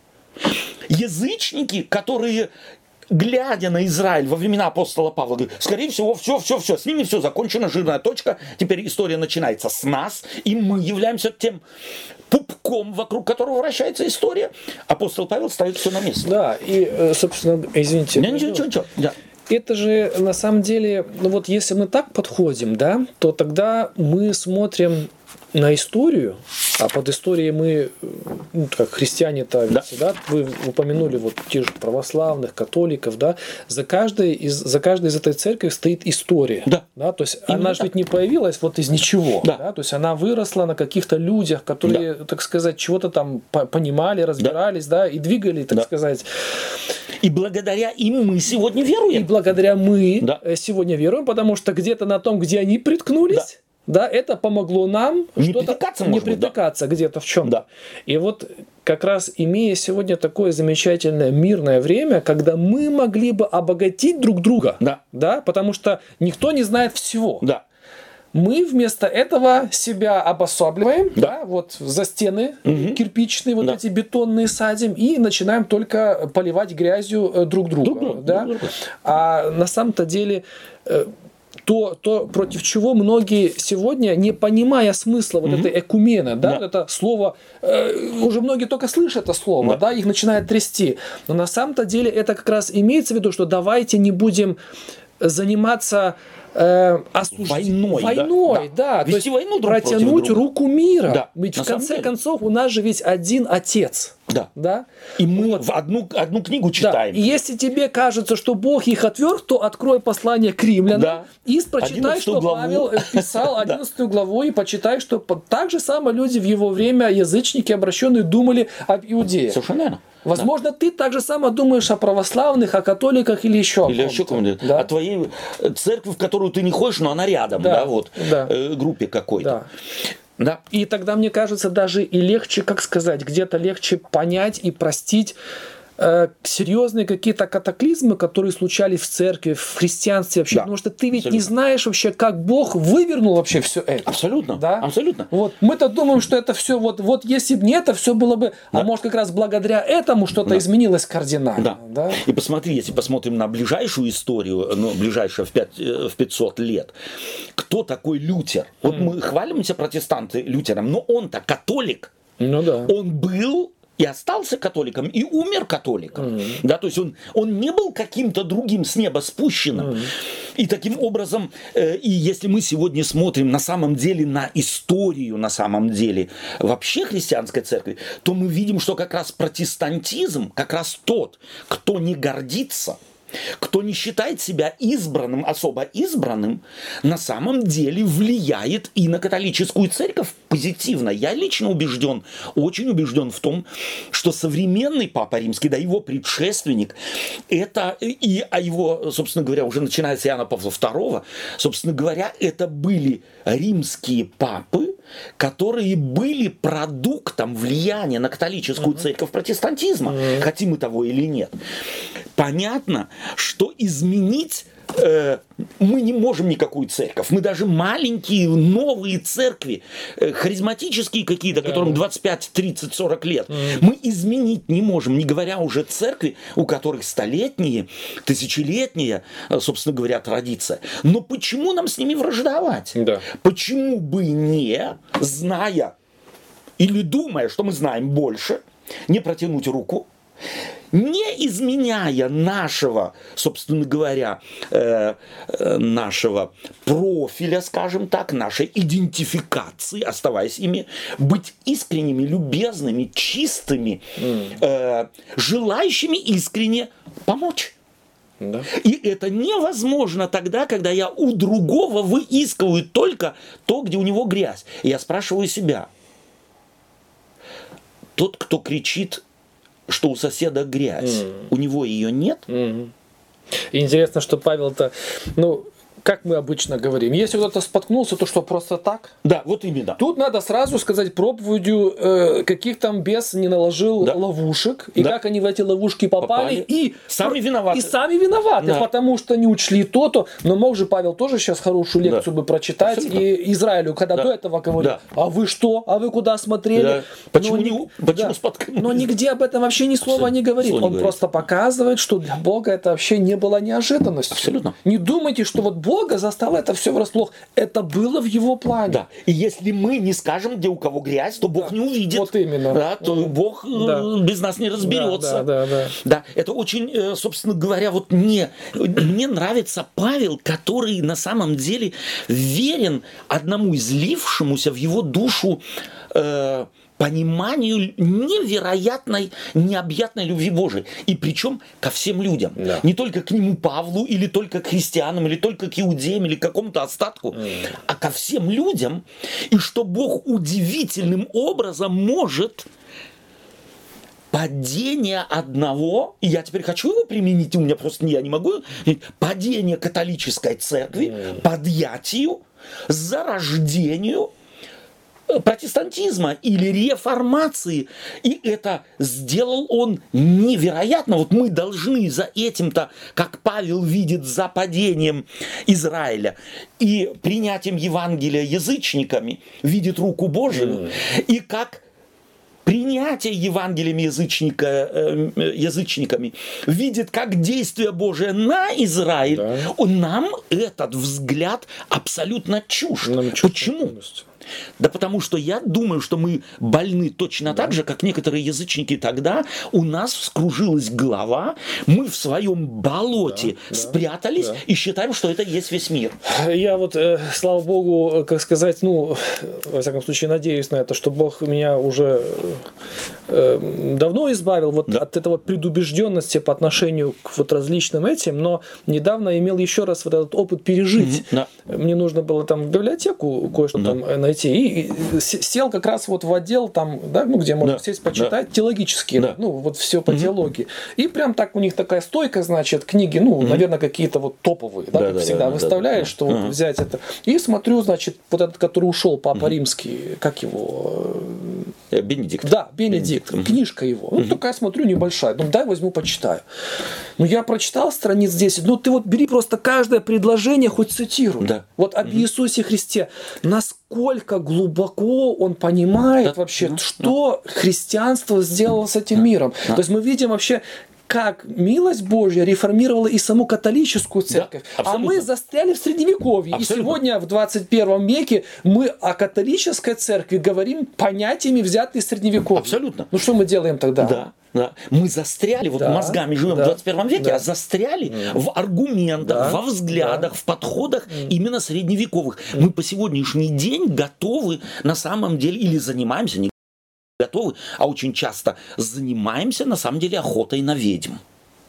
A: Язычники, которые, глядя на Израиль во времена апостола Павла, говорят, скорее всего, все, с ними все закончено, жирная точка, теперь история начинается с нас, и мы являемся тем пупком, вокруг которого вращается история. Апостол Павел ставит все на место.
B: Да, и, собственно, извините.
A: Ничего. Да.
B: Это же, на самом деле, вот если мы так подходим, да, то тогда мы смотрим на историю, а под историей мы, как христиане-то, да, вы упомянули вот те же православных, католиков, да, за каждой из этой церкви стоит история. Да, то есть именно она же ведь не появилась вот из ничего. Да, то есть она выросла на каких-то людях, которые, так сказать, чего-то там понимали, разбирались, да, и двигали, так сказать.
A: И благодаря им мы сегодня веруем.
B: И благодаря мы сегодня веруем, потому что где-то на том, где они приткнулись, да, это помогло нам
A: не
B: притыкаться где-то в чем-то. Да. И вот как раз имея сегодня такое замечательное мирное время, когда мы могли бы обогатить друг друга, да, потому что никто не знает всего. Да. Мы вместо этого себя обособливаем, да, вот за стены кирпичные, вот эти бетонные садим, и начинаем только поливать грязью друг друга. А на самом-то деле то, против чего многие сегодня, не понимая смысла вот этой экумены, да, вот это слово, уже многие только слышат это слово, да, их начинает трясти. Но на самом-то деле это как раз имеется в виду, что давайте не будем заниматься войной, да. То есть войну протянуть руку мира. Да. Ведь в конце концов у нас же ведь один Отец. Да.
A: И мы в одну книгу читаем.
B: Да. И если тебе кажется, что Бог их отверг, то открой послание к римлянам и прочитай, что Павел писал 11 главу, и почитай, что так же самое люди в его время, язычники обращенные, думали об иудеях.
A: Совершенно верно.
B: Возможно, ты так же само думаешь о православных, о католиках или еще о
A: ком-то. О твоей церкви, в которую ты не ходишь, но она рядом, группе какой-то.
B: Да. И тогда, мне кажется, даже и легче, как сказать, где-то легче понять и простить серьезные какие-то катаклизмы, которые случались в церкви, в христианстве вообще, потому что ты ведь не знаешь вообще, как Бог вывернул вообще все это.
A: Абсолютно.
B: Да?
A: Абсолютно.
B: Вот мы-то думаем, что это все вот если бы не это, все было бы, а может как раз благодаря этому что-то изменилось кардинально.
A: Да. И посмотри, если посмотрим на ближайшую историю, ближайшую в 500 лет, кто такой Лютер? Вот мы хвалимся протестанты Лютером, но он-то католик. Он был и остался католиком, и умер католиком. Да, то есть он не был каким-то другим с неба спущенным. И таким образом, и если мы сегодня смотрим на самом деле на историю, на самом деле вообще христианской церкви, то мы видим, что как раз протестантизм, как раз тот, кто не гордится, кто не считает себя избранным, особо избранным, на самом деле влияет и на католическую церковь позитивно. Я лично убежден, очень убежден в том, что современный Папа Римский, да, его предшественник, это а его, собственно говоря, уже начиная с Иоанна Павла II, собственно говоря, это были римские папы, которые были продуктом влияния на католическую церковь протестантизма, хотим мы того или нет. Понятно, что изменить мы не можем никакую церковь. Мы даже маленькие новые церкви, харизматические какие-то, которым 25, 30, 40 лет, мы изменить не можем, не говоря уже церкви, у которых столетние, тысячелетняя, собственно говоря, традиция. Но почему нам с ними враждовать?
B: Да.
A: Почему бы не, зная или думая, что мы знаем больше, не протянуть руку, не изменяя нашего, собственно говоря, нашего профиля, скажем так, нашей идентификации, оставаясь ими, быть искренними, любезными, чистыми, желающими искренне помочь.
B: Да.
A: И это невозможно тогда, когда я у другого выискиваю только то, где у него грязь. И я спрашиваю себя, тот, кто кричит, что у соседа грязь, у него ее нет?
B: И интересно, что Павел-то, как мы обычно говорим, если кто-то споткнулся, то что, просто так?
A: Да, вот именно.
B: Тут надо сразу сказать проповедью, каких там бес не наложил ловушек, и как они в эти ловушки попали. И
A: сами виноваты.
B: И сами виноваты, потому что не учли то-то. Но мог же Павел тоже сейчас хорошую лекцию бы прочитать.
A: Абсолютно.
B: И Израилю, когда до этого говорил, а вы что? А вы куда смотрели?
A: Да. Почему споткнулись?
B: Но нигде об этом вообще ни слова не говорит. Он просто показывает, что для Бога это вообще не было неожиданностью.
A: Абсолютно.
B: Не думайте, что вот Бога застало это все врасплох. Это было в его плане.
A: Да. И если мы не скажем, где у кого грязь, то Бог не увидит.
B: Вот именно.
A: Да, то Бог без нас не разберется. Да. Это очень, собственно говоря, вот мне нравится Павел, который на самом деле верен одному излившемуся в его душу пониманию невероятной, необъятной любви Божией. И причем ко всем людям.
B: Да.
A: Не только к нему, Павлу, или только к христианам, или только к иудеям, или к какому-то остатку, а ко всем людям. И что Бог удивительным образом может падение одного, и я теперь хочу его применить, у меня просто я не могу, падение католической церкви, подъятию, зарождению протестантизма или реформации. И это сделал он невероятно. Вот мы должны за этим-то, как Павел видит, за падением Израиля и принятием Евангелия язычниками, видит руку Божию, и как принятие Евангелием язычниками видит как действие Божие на Израиль, нам этот взгляд абсолютно чужд. Почему? Да потому что я думаю, что мы больны точно так же, как некоторые язычники тогда. У нас вскружилась голова, мы в своем болоте спрятались и считаем, что это есть весь мир.
B: Я вот, слава Богу, как сказать, во всяком случае, надеюсь на это, что Бог меня уже давно избавил от этого предубежденности по отношению к различным этим, но недавно имел еще раз вот этот опыт пережить. Мне нужно было там в библиотеку кое-что там найти. И сел как раз вот в отдел, там, где можно сесть почитать, теологические, вот все по теологии. И прям так у них такая стойка, значит, книги, наверное, какие-то вот топовые, как всегда выставляешь, что вот взять это. И смотрю, значит, вот этот, который ушел, Папа Римский, как его?
A: Бенедикт.
B: Да, Бенедикт. Книжка его. Такая, смотрю, небольшая. Думаю, дай возьму, почитаю. Я прочитал страниц 10. Ты вот бери просто каждое предложение, хоть цитируй. Вот об Иисусе Христе. Насколько глубоко он понимает вообще, что христианство сделало с этим миром. То есть мы видим вообще, как милость Божья реформировала и саму католическую церковь. А мы застряли в Средневековье. И сегодня, в 21 веке, мы о католической церкви говорим понятиями, взятыми из Средневековья.
A: Абсолютно.
B: Что мы делаем тогда?
A: Да. Мы застряли, мозгами живем в 21 веке, а застряли в аргументах, во взглядах, в подходах именно средневековых. Мы по сегодняшний день готовы на самом деле, или занимаемся, не готовы, а очень часто занимаемся на самом деле охотой на ведьм.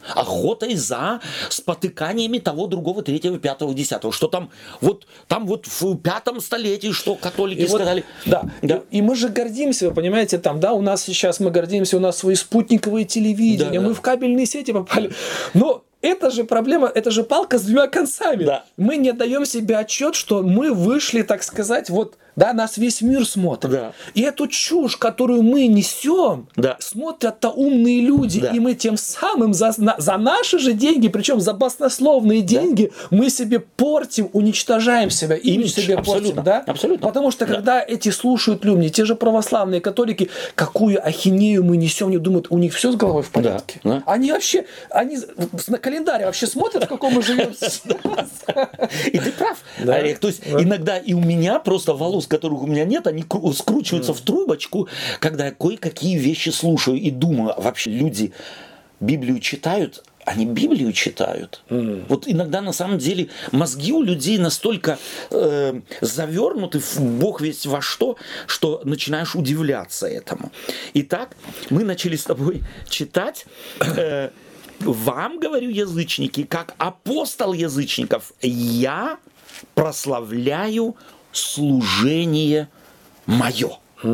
A: охотой за спотыканиями того, другого, третьего, пятого, десятого. Что там вот в 5 столетии, что католики сказали.
B: Да. И мы же гордимся, вы понимаете, там, да, у нас сейчас мы гордимся, у нас свои спутниковые телевидения, мы в кабельные сети попали. Но это же проблема, это же палка с 2 концами.
A: Да.
B: Мы не даем себе отчет, что мы вышли, так сказать, нас весь мир смотрит.
A: Да.
B: И эту чушь, которую мы несем, смотрят-то умные люди. Да. И мы тем самым за наши же деньги, причем за баснословные деньги, мы себе портим, уничтожаем себя. Имидж себе портим. Да?
A: Абсолютно.
B: Потому что когда эти слушают люди, те же православные католики, какую ахинею мы несем, они думают, у них все с головой в порядке.
A: Да.
B: Они на календарь вообще смотрят, в каком мы живем сейчас.
A: И ты прав, Олег. То есть иногда и у меня просто волос, которых у меня нет, они скручиваются в трубочку, когда я кое-какие вещи слушаю и думаю, а вообще люди Библию читают, они Библию читают. Вот иногда на самом деле мозги у людей настолько завернуты в Бог весть во что начинаешь удивляться этому. Итак, мы начали с тобой читать. Вам, говорю, язычники, как апостол язычников, я прославляю служение мое.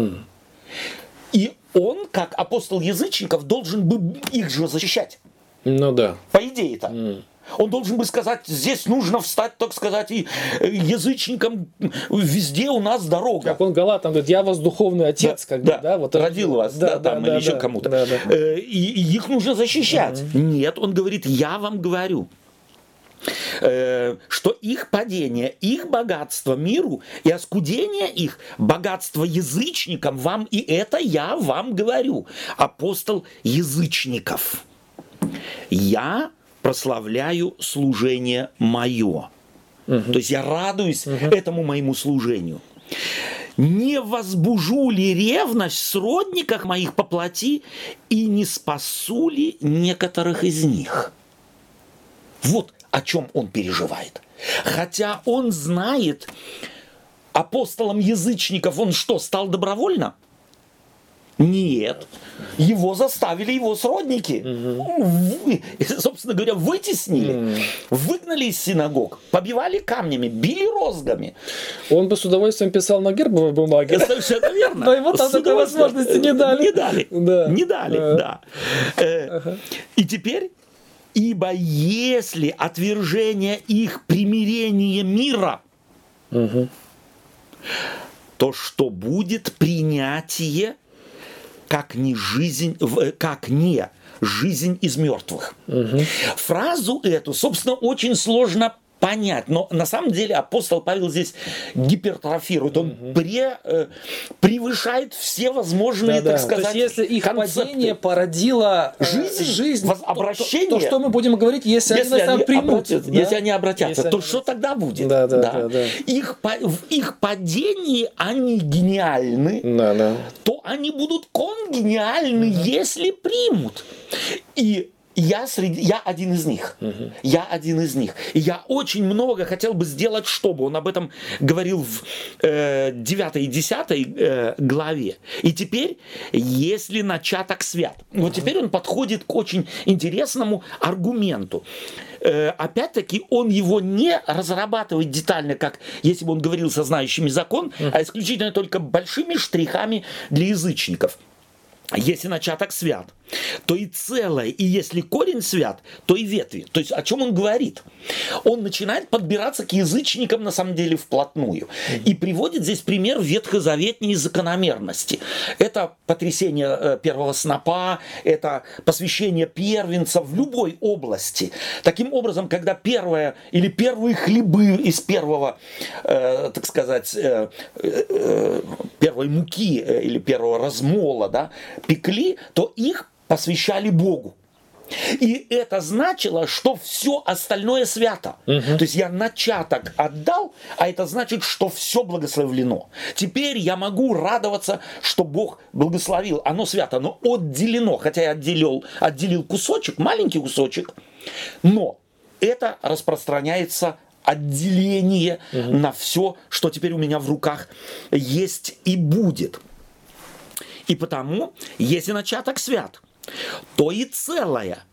A: И он, как апостол язычников, должен бы их же защищать.
B: Ну да.
A: По идее-то. Он должен бы сказать, здесь нужно встать, так сказать, и язычникам везде у нас дорога.
B: Как он Галатам говорит, я вас духовный отец,
A: родил вас, или еще кому-то. И их нужно защищать. Нет, он говорит, я вам говорю, что их падение, их богатство миру и оскудение их богатство язычникам вам, и это я вам говорю, апостол язычников. Я прославляю служение мое. То есть я радуюсь этому моему служению. Не возбужу ли ревность в сродниках моих по плоти и не спасу ли некоторых из них? Вот о чем он переживает. Хотя он знает, апостолом язычников он что, стал добровольно? Нет. Его заставили его сродники. Собственно говоря, вытеснили. Выгнали из синагог. Побивали камнями, били розгами.
B: Он бы с удовольствием писал на гербовой бумаге.
A: Совершенно верно.
B: Но ему там такой возможности не дали.
A: Не дали, да. И теперь... Ибо если отвержение их примирение мира, то что будет принятие, как не жизнь из мертвых? Фразу эту, собственно, очень сложно понять, но на самом деле апостол Павел здесь гипертрофирует, он превышает все возможные, так сказать,
B: то есть, если их падение породило жизнь,
A: обращение,
B: то что мы будем говорить, если они примут?
A: Если они обратятся, то что тогда будет? В их падении они гениальны, то они будут конгениальны, если примут. И я один из них. Я один из них. И я очень много хотел бы сделать, чтобы. Он об этом говорил в 9 и 10 главе. И теперь, если начаток свят. Вот теперь он подходит к очень интересному аргументу. Опять-таки, он его не разрабатывает детально, как если бы он говорил со знающими закон, а исключительно только большими штрихами для язычников. Если начаток свят, то и целое, и если корень свят, то и ветви. То есть о чем он говорит? Он начинает подбираться к язычникам на самом деле вплотную. И приводит здесь пример ветхозаветней закономерности. Это потрясение первого снопа, это посвящение первенца в любой области. Таким образом, когда первые хлебы из первого, так сказать, первой муки или первого размола, пекли, то их посвящали Богу. И это значило, что все остальное свято. То есть я начаток отдал, а это значит, что все благословлено. Теперь я могу радоваться, что Бог благословил. Оно свято, оно отделено. Хотя я отделил кусочек, маленький кусочек, но это распространяется отделение на все, что теперь у меня в руках есть и будет. И потому, если начаток свят, то и целое,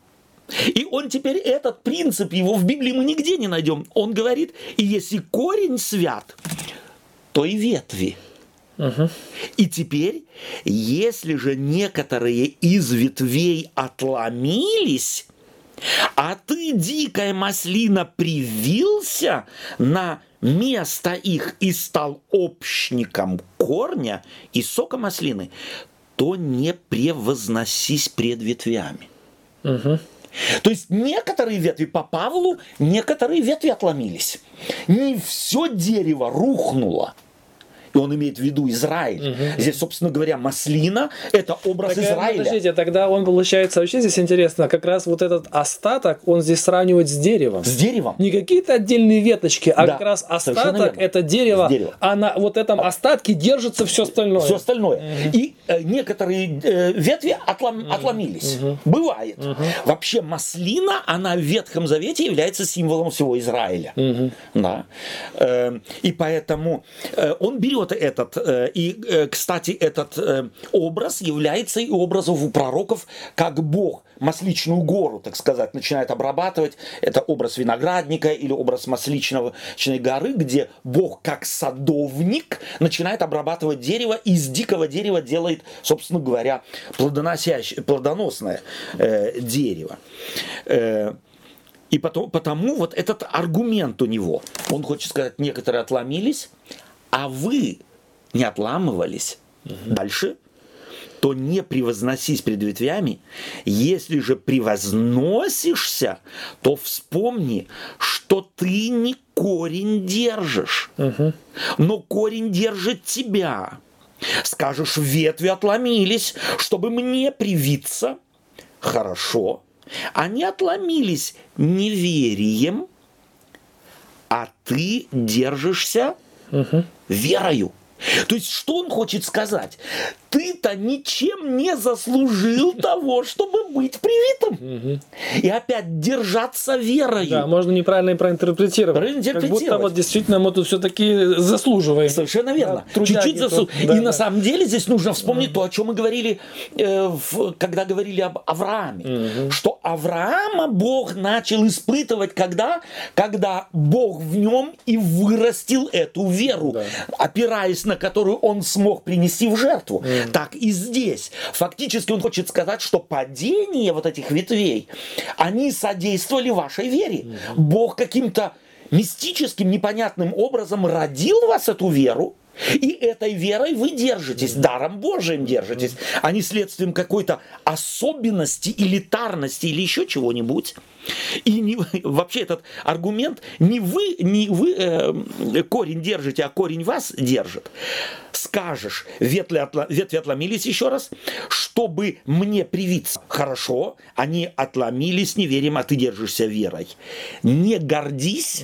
A: И он теперь этот принцип, его в Библии мы нигде не найдем. Он говорит, и если корень свят, то и ветви. И теперь, если же некоторые из ветвей отломились, а ты, дикая маслина, привился на место их и стал общником корня и сока маслины, то не превозносись пред ветвями. То есть некоторые ветви по Павлу, некоторые ветви отломились. Не все дерево рухнуло. И он имеет в виду Израиль. Здесь, собственно говоря, маслина – это образ Израиля.
B: Подождите, тогда он получается, вообще здесь интересно, как раз вот этот остаток, он здесь сравнивает с деревом.
A: С деревом.
B: Не какие-то отдельные веточки, а как раз остаток – это дерево, а на вот этом остатке держится все остальное.
A: Все остальное. И некоторые ветви отломились. Бывает. Вообще маслина, она в Ветхом Завете является символом всего Израиля. Да. И поэтому он берет этот, и, кстати, этот образ является и образом у пророков, как Бог масличную гору, так сказать, начинает обрабатывать. Это образ виноградника или образ масличной горы, где Бог, как садовник, начинает обрабатывать дерево, и из дикого дерева делает, собственно говоря, плодоносное дерево. И потому вот этот аргумент у него, он хочет сказать, некоторые отломились, а вы не отламывались дальше, то не превозносись пред ветвями. Если же превозносишься, то вспомни, что ты не корень держишь, но корень держит тебя. Скажешь, ветви отломились, чтобы мне привиться. Хорошо. Они отломились неверием, а ты держишься верою. То есть, что он хочет сказать? Ты-то ничем не заслужил того, чтобы быть привитым. И опять держаться верою.
B: Да, можно неправильно и проинтерпретировать. Как будто вот действительно мы тут все-таки заслуживаем.
A: Совершенно верно. Чуть-чуть заслуживаем. И на самом деле здесь нужно вспомнить то, о чем мы говорили, когда говорили об Аврааме. Что Авраама Бог начал испытывать, когда Бог в нем и вырастил эту веру, опираясь на которую он смог принести в жертву. Так и здесь. Фактически он хочет сказать, что падение вот этих ветвей, они содействовали вашей вере. Бог каким-то мистическим, непонятным образом родил в вас эту веру, и этой верой вы держитесь, даром Божиим держитесь, а не следствием какой-то особенности, элитарности или еще чего-нибудь. И вообще этот аргумент не вы корень держите, а корень вас держит. Скажешь, ветви отломились еще раз, чтобы мне привиться. Хорошо, они отломились неверием, а ты держишься верой. Не гордись,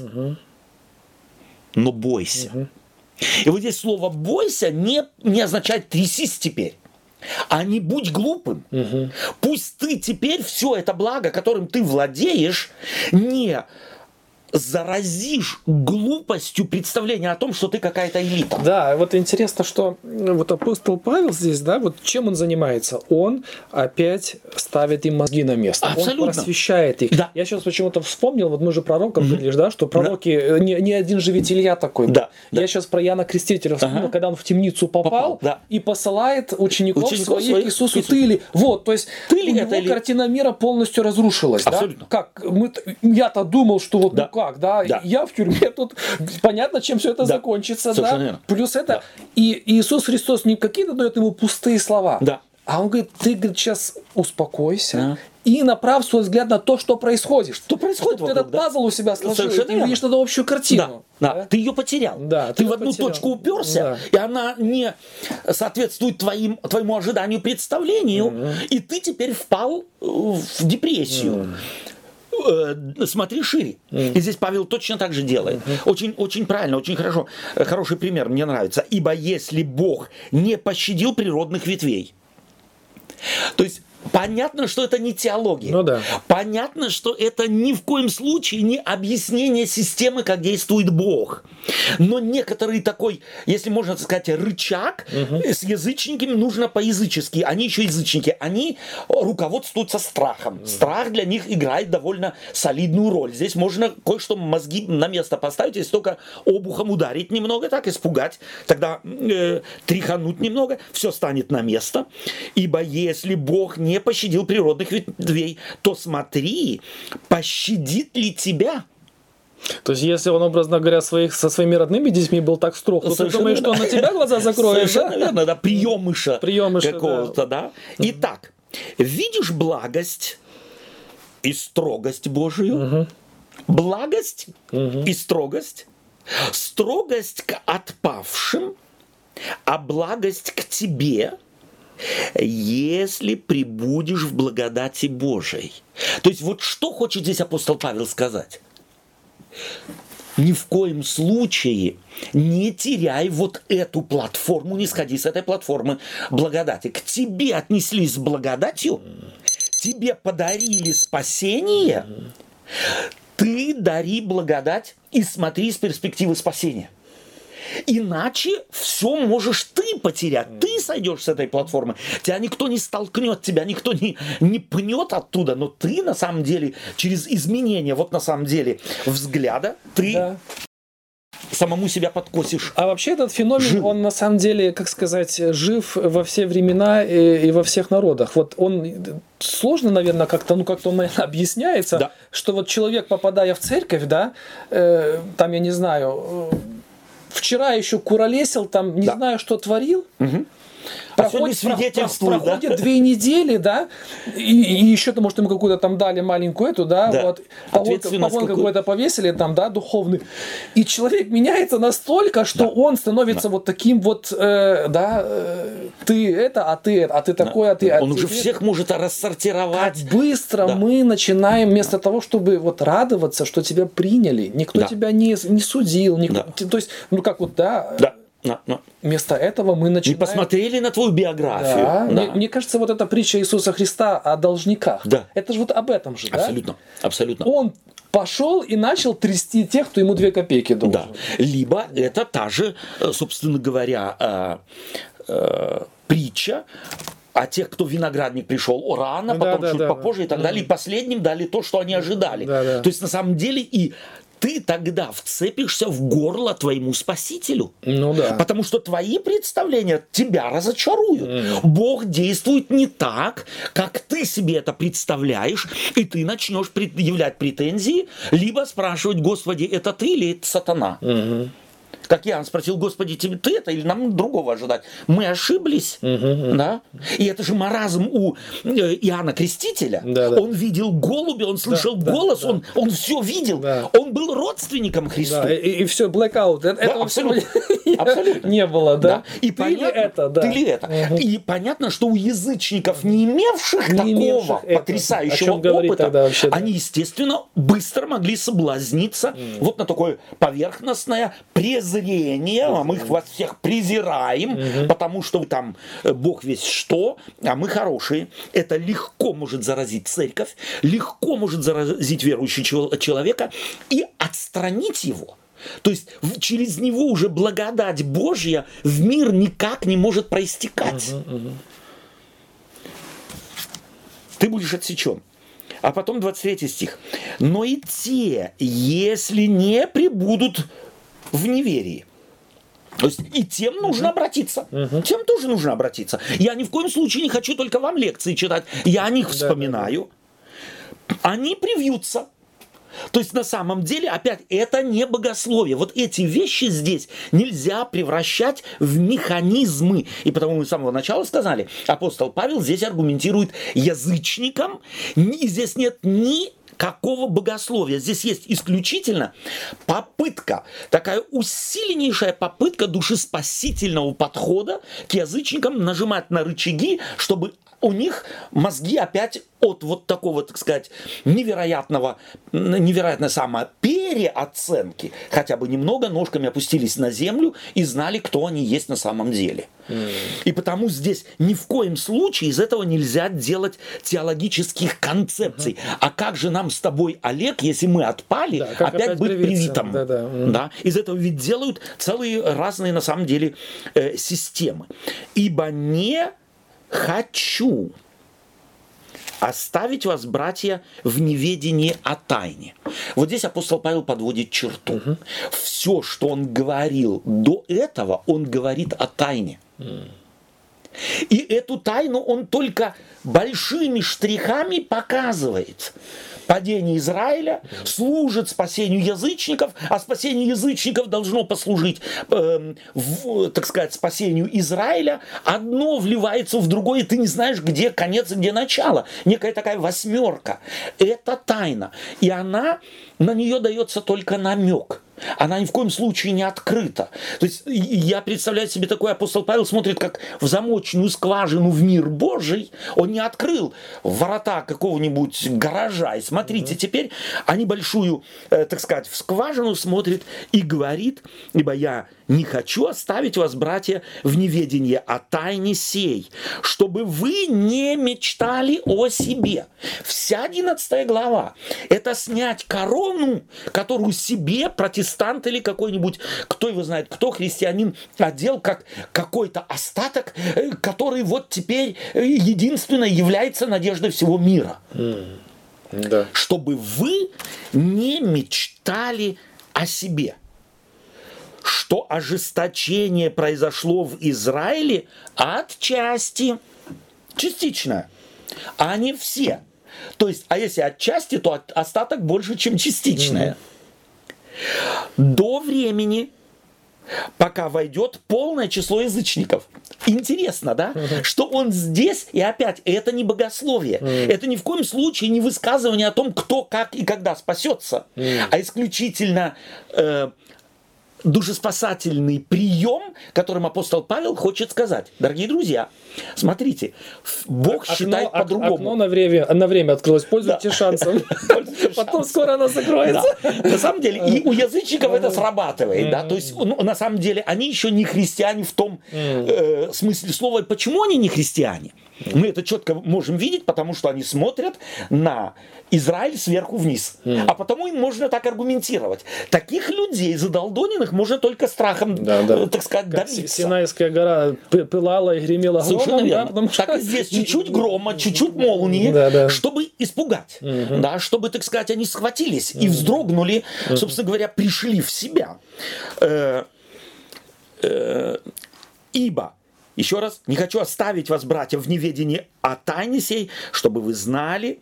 A: но бойся. И вот здесь слово «бойся» не означает «трясись теперь», а не будь глупым. Пусть ты теперь все это благо, которым ты владеешь, не заразишь глупостью представления о том, что ты какая-то элита.
B: Да, вот интересно, что вот апостол Павел здесь, да, вот чем он занимается? Он опять ставит им мозги на место.
A: Абсолютно.
B: Он просвещает их.
A: Да.
B: Я сейчас почему-то вспомнил, вот мы же пророков говорили, да, что пророки, не один же ведь Илья такой.
A: Да.
B: Я сейчас про Иоанна Крестителя вспомнил, когда он в темницу попал и посылает учеников своих к Иисусу. Ты ли? Вот, то есть у него картина мира полностью разрушилась.
A: Абсолютно.
B: Да? Как? Я-то думал, что вот да? Я в тюрьме, тут понятно, чем все это закончится. Да? Плюс это, и Иисус Христос не какие-то дает ему пустые слова, а он говорит, ты сейчас успокойся и направь свой взгляд на то, что происходит.
A: Что происходит
B: вокруг, этот пазл у себя сложил, и ты видишь тогда общую картину.
A: Да. Ты ее потерял. Ты в одну точку уперся, и она не соответствует твоему ожиданию, представлению, и ты теперь впал в депрессию. Смотри шире. И здесь Павел точно так же делает. Очень, очень правильно, очень хорошо. Хороший пример, мне нравится. Ибо если Бог не пощадил природных ветвей, то есть Понятно, что это не теология.
B: Ну да.
A: Понятно, что это ни в коем случае не объяснение системы, как действует Бог. Но некоторый такой, если можно сказать, рычаг с язычниками нужно по-язычески. Они еще язычники. Они руководствуются страхом. Страх для них играет довольно солидную роль. Здесь можно кое-что мозги на место поставить, если только обухом ударить немного, так испугать, тогда тряхануть немного, все станет на место. Ибо если Бог не пощадил природных ветвей, то смотри, пощадит ли тебя?
B: То есть, если он, образно говоря, со своими родными детьми был так строг, то ты думаешь, что он на тебя глаза закроет?
A: Совершенно верно, да, приемыша какого-то, да. Итак, видишь благость и строгость Божию? Благость и строгость. Строгость к отпавшим, а благость к тебе, если пребудешь в благодати Божией. То есть вот что хочет здесь апостол Павел сказать? Ни в коем случае не теряй вот эту платформу, не сходи с этой платформы благодати. К тебе отнеслись с благодатью, тебе подарили спасение, ты дари благодать и смотри с перспективы спасения. Иначе все можешь ты потерять. Ты сойдешь с этой платформы. Тебя никто не столкнет, тебя никто не пнет оттуда. Но ты на самом деле через изменение, вот на самом деле, взгляда, ты самому себя подкосишь.
B: А вообще этот феномен, он на самом деле, как сказать, жив во все времена и во всех народах. Вот он сложно, наверное, как-то он, наверное, объясняется, что вот человек, попадая в церковь, да, там, я не знаю, вчера еще куролесил, там, не знаю, что творил. Проходит 2 недели, да, и еще-то, может, ему какую-то там дали маленькую эту, вот, погон какой-то повесили там, да, духовный. И человек меняется настолько, что он становится вот таким вот, ты это, а ты такой, а ты...
A: Он уже всех может рассортировать.
B: Как быстро мы начинаем, вместо того, чтобы вот радоваться, что тебя приняли, никто тебя не судил, то есть, вместо этого мы начинаем...
A: Не посмотрели на твою биографию.
B: Мне кажется, вот эта притча Иисуса Христа о должниках. Это же вот об этом же,
A: абсолютно, абсолютно.
B: Он пошел и начал трясти тех, кто ему 2 копейки должен.
A: Либо это та же, собственно говоря, притча о тех, кто виноградник пришел рано, потом чуть попозже и так далее. И последним дали то, что они ожидали. То есть, на самом деле, и ты тогда вцепишься в горло твоему Спасителю. Потому что твои представления тебя разочаруют. Бог действует не так, как ты себе это представляешь, и ты начнешь предъявлять претензии, либо спрашивать: Господи, это ты или это сатана? Как Иоанн спросил: Господи, тебе ты это или нам другого ожидать? Мы ошиблись. Да? И это же маразм у Иоанна Крестителя. Он видел голубя, он слышал голос, он все видел. Он был родственником Христу.
B: И все, blackout. Этого
A: абсолютно.
B: Не было, да?
A: И ты ли это? И понятно, что у язычников, не имевших такого потрясающего опыта, они, естественно, быстро могли соблазниться вот на такое поверхностное презрение, а мы их вас всех презираем, потому что там Бог весь что, а мы хорошие. Это легко может заразить церковь, легко может заразить верующего человека и отстранить его. То есть через него уже благодать Божья в мир никак не может проистекать. Ты будешь отсечен. А потом 23 стих. Но и те, если не пребудут в неверии. То есть и тем нужно обратиться. Тем тоже нужно обратиться. Я ни в коем случае не хочу только вам лекции читать. Я о них вспоминаю. Они привьются. То есть на самом деле, опять, это не богословие. Вот эти вещи здесь нельзя превращать в механизмы. И потому мы с самого начала сказали, апостол Павел здесь аргументирует язычникам. И здесь нет никакого богословия. Здесь есть исключительно попытка, такая усиленнейшая попытка душеспасительного подхода к язычникам, нажимать на рычаги, чтобы у них мозги опять от вот такого, так сказать, невероятной самой переоценки, хотя бы немного ножками опустились на землю и знали, кто они есть на самом деле. И потому здесь ни в коем случае из этого нельзя делать теологических концепций. А как же нам с тобой, Олег, если мы отпали, опять быть привитым? Да? Из этого ведь делают целые разные на самом деле системы. Ибо не хочу оставить вас, братья, в неведении о тайне. Вот здесь апостол Павел подводит черту. Все, что он говорил до этого, он говорит о тайне. И эту тайну он только большими штрихами показывает. Падение Израиля служит спасению язычников, а спасение язычников должно послужить, так сказать, спасению Израиля. Одно вливается в другое, и ты не знаешь, где конец и где начало. Некая такая восьмерка. Это тайна. И на нее дается только намек. Она ни в коем случае не открыта. То есть я представляю себе такой, апостол Павел смотрит как в замочную скважину в мир Божий. Он не открыл ворота какого-нибудь гаража. И смотрите, теперь они большую, так сказать, в скважину смотрят и говорит: ибо я не хочу оставить вас, братья, в неведении о тайне сей, чтобы вы не мечтали о себе. Вся 11 глава – это снять корону, которую себе протестант или какой-нибудь, кто его знает, кто христианин, одел как какой-то остаток, который вот теперь единственно является надеждой всего мира.
B: Да.
A: Чтобы вы не мечтали о себе. Что ожесточение произошло в Израиле отчасти, частично, а не все. То есть, а если отчасти, то остаток больше, чем частичное. До времени, пока войдет полное число язычников. Интересно, да? Что он здесь, и опять, это не богословие. Это ни в коем случае не высказывание о том, кто, как и когда спасется, а исключительно душеспасательный прием, которым апостол Павел хочет сказать. Дорогие друзья, смотрите, Бог считает по-другому.
B: Окно на время открылось, пользуйтесь шансом. Потом скоро оно закроется.
A: На самом деле, и у язычников это срабатывает. То есть, на самом деле, они еще не христиане в том смысле слова. Почему они не христиане? Мы это четко можем видеть, потому что они смотрят на Израиль сверху вниз. А потому им можно так аргументировать. Таких людей, задолдоненных, можно только страхом, так сказать, добиться.
B: Синайская гора пылала и гремела громом.
A: Совершенно верно. Так и здесь чуть-чуть грома, чуть-чуть молнии, чтобы испугать. Да, чтобы, так сказать, они схватились и вздрогнули, собственно говоря, пришли в себя. Ибо, еще раз, не хочу оставить вас, братья, в неведении о тайне сей, чтобы вы знали,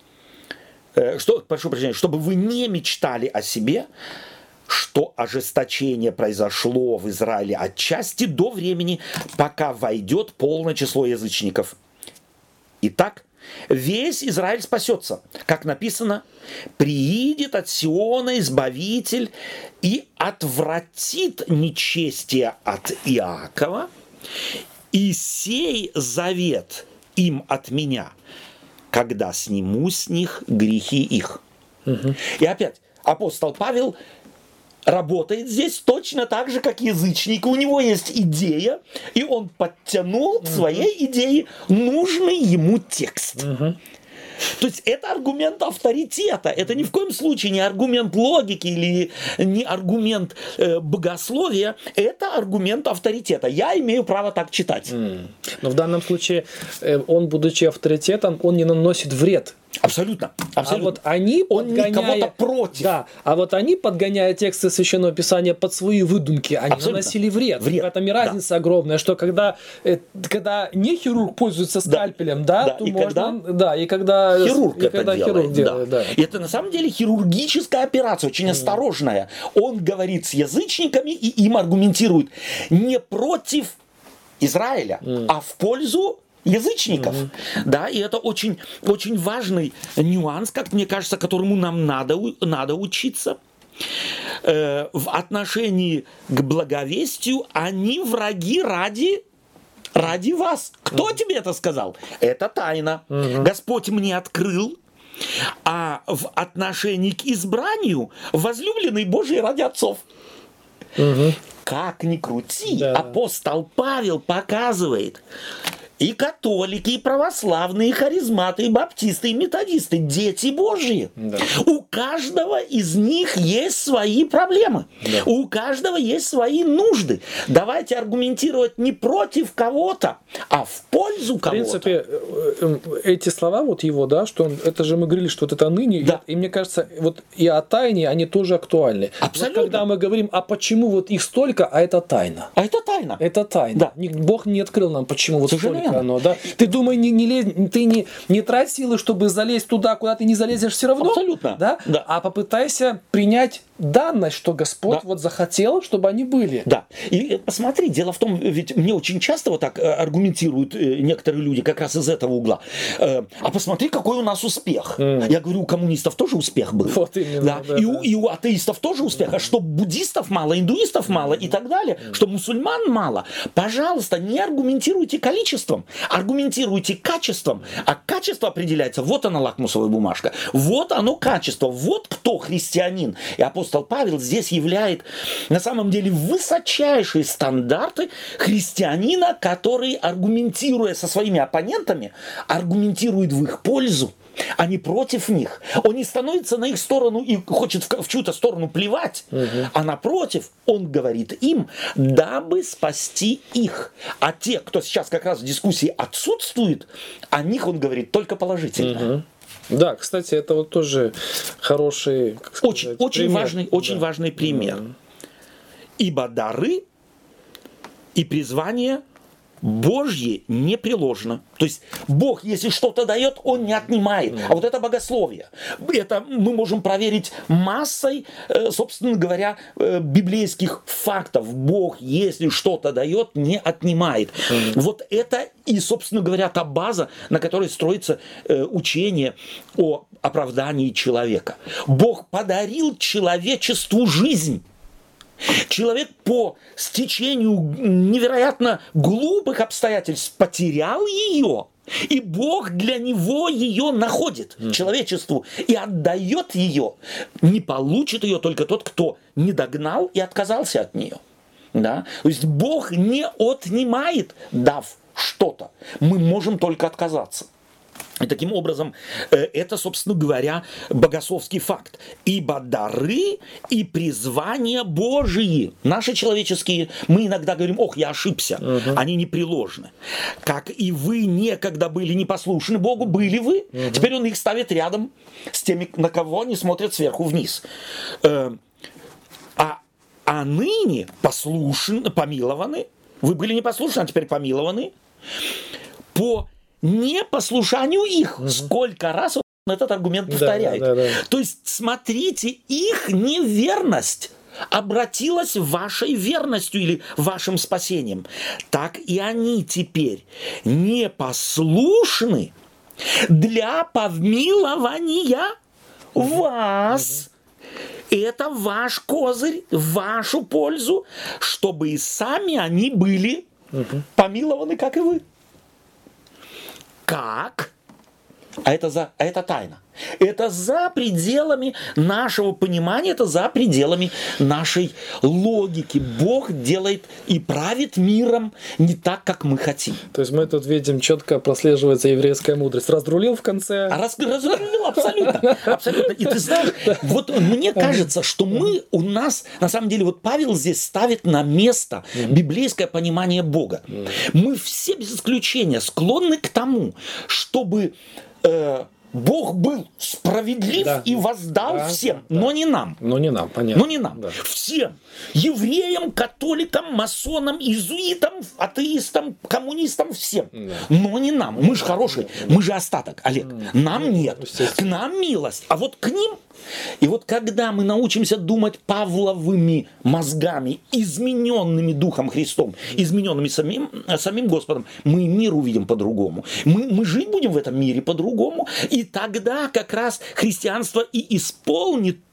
A: прошу прощения, чтобы вы не мечтали о себе, что ожесточение произошло в Израиле отчасти до времени, пока войдет полное число язычников. Итак, весь Израиль спасется. Как написано: приидет от Сиона Избавитель и отвратит нечестие от Иакова, и сей завет им от меня, когда сниму с них грехи их. И опять, апостол Павел работает здесь точно так же, как язычник. У него есть идея, и он подтянул к своей идее нужный ему текст. То есть это аргумент авторитета. Это ни в коем случае не аргумент логики или не аргумент богословия. Это аргумент авторитета. Я имею право так читать.
B: Но в данном случае он, будучи авторитетом, он не наносит вред.
A: Абсолютно. Абсолютно.
B: А вот они,
A: кого-то против.
B: Да, а вот они, подгоняя тексты Священного Писания под свои выдумки, они наносили вред. В этом и разница огромная, что когда не хирург пользуется скальпелем, то
A: и
B: можно... И когда
A: хирург
B: делает. Да.
A: И это на самом деле хирургическая операция, очень осторожная. Он говорит с язычниками и им аргументирует не против Израиля, а в пользу язычников. Да, и это очень, очень важный нюанс, как мне кажется, которому нам надо учиться. В отношении к благовестию они враги ради ради вас. Кто тебе это сказал? Это тайна. Господь мне открыл. А в отношении к избранию возлюбленный Божий ради отцов. Как ни крути, апостол Павел показывает, и католики, и православные, и харизматы, и баптисты, и методисты, дети Божьи. Да. У каждого из них есть свои проблемы. Да. У каждого есть свои нужды. Давайте аргументировать не против кого-то, а в пользу кого-то.
B: В принципе, эти слова вот его, да, что он, это же мы говорили, что вот это ныне, да. И мне кажется, вот и о тайне они тоже актуальны.
A: Абсолютно.
B: Вот когда мы говорим, а почему вот их столько, а это тайна.
A: А это тайна.
B: Это тайна.
A: Да.
B: Бог не открыл нам, почему вот столько. Оно, да? Ты думай, ты не трать силы, чтобы залезть туда, куда ты не залезешь все равно.
A: Абсолютно.
B: Да?
A: Да.
B: А попытайся принять данность, что Господь вот захотел, чтобы они были.
A: Да. И посмотри, дело в том, ведь мне очень часто вот так аргументируют некоторые люди как раз из этого угла. А посмотри, какой у нас успех. Я говорю, у коммунистов тоже успех был.
B: Вот именно.
A: Да? Да, и у атеистов тоже успех. А что буддистов мало, индуистов мало и так далее, что мусульман мало. Пожалуйста, не аргументируйте количеством, аргументируйте качеством. А качество определяется, вот она лакмусовая бумажка, вот оно качество, вот кто христианин. И апостол Павел здесь являет на самом деле высочайшие стандарты христианина, который, аргументируя со своими оппонентами, аргументирует в их пользу, а не против них. Он не становится на их сторону и хочет в чью-то сторону плевать, а напротив, он говорит им, дабы спасти их. А те, кто сейчас как раз в дискуссии отсутствует, о них он говорит только положительно.
B: Да, кстати, это вот тоже хороший,
A: очень важный пример. Ибо дары и призвание Божье непреложно. То есть Бог, если что-то дает, Он не отнимает. А вот это богословие. Это мы можем проверить массой, собственно говоря, библейских фактов. Бог, если что-то дает, не отнимает. Вот это и, собственно говоря, та база, на которой строится учение о оправдании человека. Бог подарил человечеству жизнь. Человек по стечению невероятно глупых обстоятельств потерял ее, и Бог для него ее находит, человечеству, и отдает ее. Не получит ее только тот, кто не догнал и отказался от нее. Да? То есть Бог не отнимает, дав что-то. Мы можем только отказаться. И таким образом, это, собственно говоря, богословский факт. Ибо дары и призвания Божии, наши человеческие, мы иногда говорим, ох, я ошибся, они непреложны. Как и вы некогда были непослушны Богу, были вы, теперь Он их ставит рядом с теми, на кого они смотрят сверху вниз. А ныне послушны, помилованы, вы были непослушны, а теперь помилованы, по непослушанию их. Сколько раз он этот аргумент повторяет. Да. То есть, смотрите, их неверность обратилась вашей верностью или вашим спасением. Так и они теперь непослушны для помилования вас. Это ваш козырь, в вашу пользу, чтобы и сами они были помилованы, как и вы. Как? А это тайна. Это за пределами нашего понимания, это за пределами нашей логики. Бог делает и правит миром не так, как мы хотим.
B: То есть мы тут видим, четко прослеживается еврейская мудрость. Разрулил в конце.
A: Разрулил, абсолютно. Абсолютно. И ты знаешь, вот мне кажется, что у нас, на самом деле, вот Павел здесь ставит на место библейское понимание Бога. Мы все без исключения склонны к тому, чтобы Бог был справедлив и воздал всем, но не нам.
B: Но не нам, понятно.
A: Но не нам. Да. Всем. Евреям, католикам, масонам, иезуитам, атеистам, коммунистам, всем. Да. Но не нам. Мы же хорошие. Мы же остаток, Олег. Нам нет. К нам милость. А вот к ним. И вот когда мы научимся думать Павловыми мозгами, измененными Духом Христом, измененными самим Господом, мы мир увидим по-другому. Мы жить будем в этом мире по-другому. И тогда как раз христианство и исполнит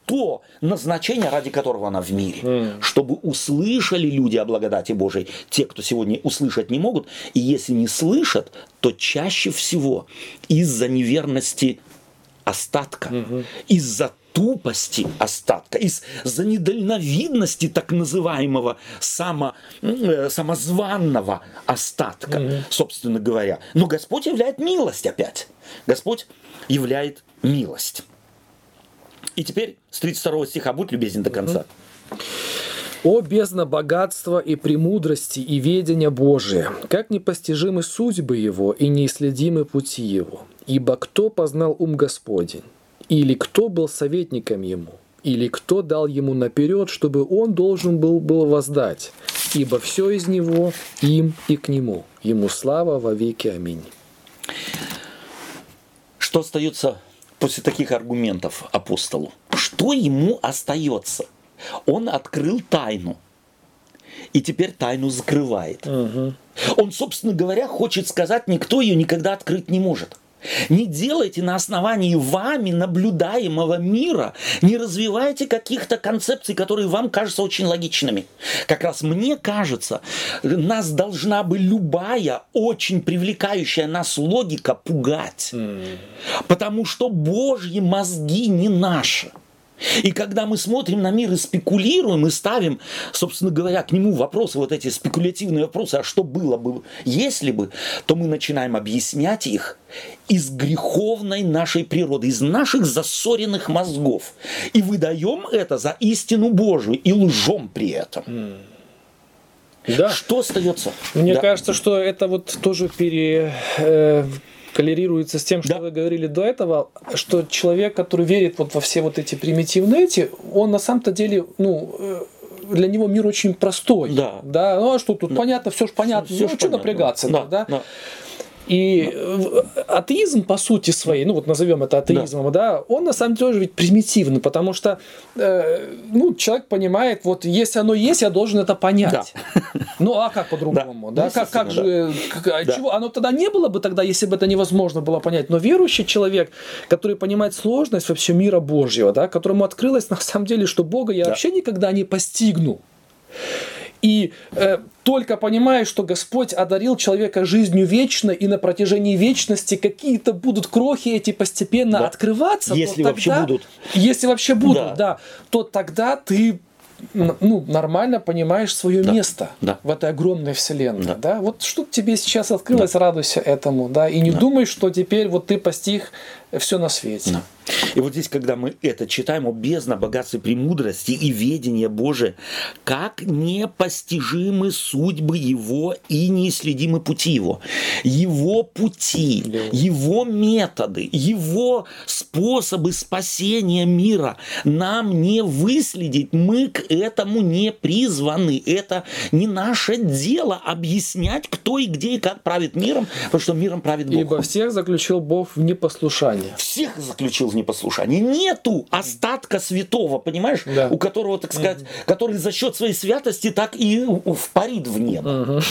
A: то назначение, ради которого она в мире. Чтобы услышали люди о благодати Божией, те, кто сегодня услышать не могут, и если не слышат, то чаще всего из-за неверности остатка, из-за тупости остатка, из-за недальновидности так называемого самозванного остатка, собственно говоря. Но Господь являет милость опять. Господь являет милость. И теперь с 32 стиха, будь любезен до конца.
B: «О бездна богатства и премудрости и ведения Божия, как непостижимы судьбы Его и неисследимы пути Его. Ибо кто познал ум Господень? Или кто был советником Ему? Или кто дал Ему наперед, чтобы Он должен был воздать? Ибо все из Него, им и к Нему. Ему слава во веки. Аминь».
A: Что остается после таких аргументов апостолу? Что ему остается? Он открыл тайну. И теперь тайну закрывает. Он, собственно говоря, хочет сказать, никто ее никогда открыть не может. Не делайте на основании вами наблюдаемого мира, не развивайте каких-то концепций, которые вам кажутся очень логичными. Как раз мне кажется, нас должна бы любая очень привлекающая нас логика пугать. Потому что Божьи мозги не наши. И когда мы смотрим на мир и спекулируем, и ставим, собственно говоря, к нему вопросы, вот эти спекулятивные вопросы, а что было бы, если бы, то мы начинаем объяснять их из греховной нашей природы, из наших засоренных мозгов. И выдаем это за истину Божию и лжем при этом.
B: Да.
A: Что остается?
B: Мне кажется, что это вот тоже коллерируется с тем, что вы говорили до этого, что человек, который верит вот во все вот эти примитивные он на самом-то деле, для него мир очень простой. Да, ну а что тут понятно, все же понятно, ну что напрягаться, да? И атеизм по сути своей, ну вот назовем это атеизмом, он на самом деле ведь примитивный, потому что человек понимает, вот если оно есть, я должен это понять. Ну а как по-другому? Как же, чего? Оно тогда не было бы тогда, если бы это невозможно было понять. Но верующий человек, который понимает сложность вообще мира Божьего, которому открылось на самом деле, что Бога я вообще никогда не постигну. И только понимая, что Господь одарил человека жизнью вечной, и на протяжении вечности какие-то будут крохи эти постепенно открываться.
A: Если вообще будут.
B: Если вообще будут, то тогда ты нормально понимаешь свое место в этой огромной вселенной. Вот что тебе сейчас открылось, радуйся этому. И не думай, что теперь вот ты постиг все на свете.
A: И вот здесь, когда мы это читаем, о бездна богатства, премудрости и ведения Божие, как непостижимы судьбы Его и неисследимы пути Его. Его пути, Его методы, Его способы спасения мира нам не выследить. Мы к этому не призваны. Это не наше дело объяснять, кто и где и как правит миром, потому что миром правит Бог.
B: Ибо всех заключил Бог в непослушание.
A: Всех заключил в непослушание. Нету остатка святого, понимаешь, у которого, так сказать, который за счет своей святости так и впарит в небо.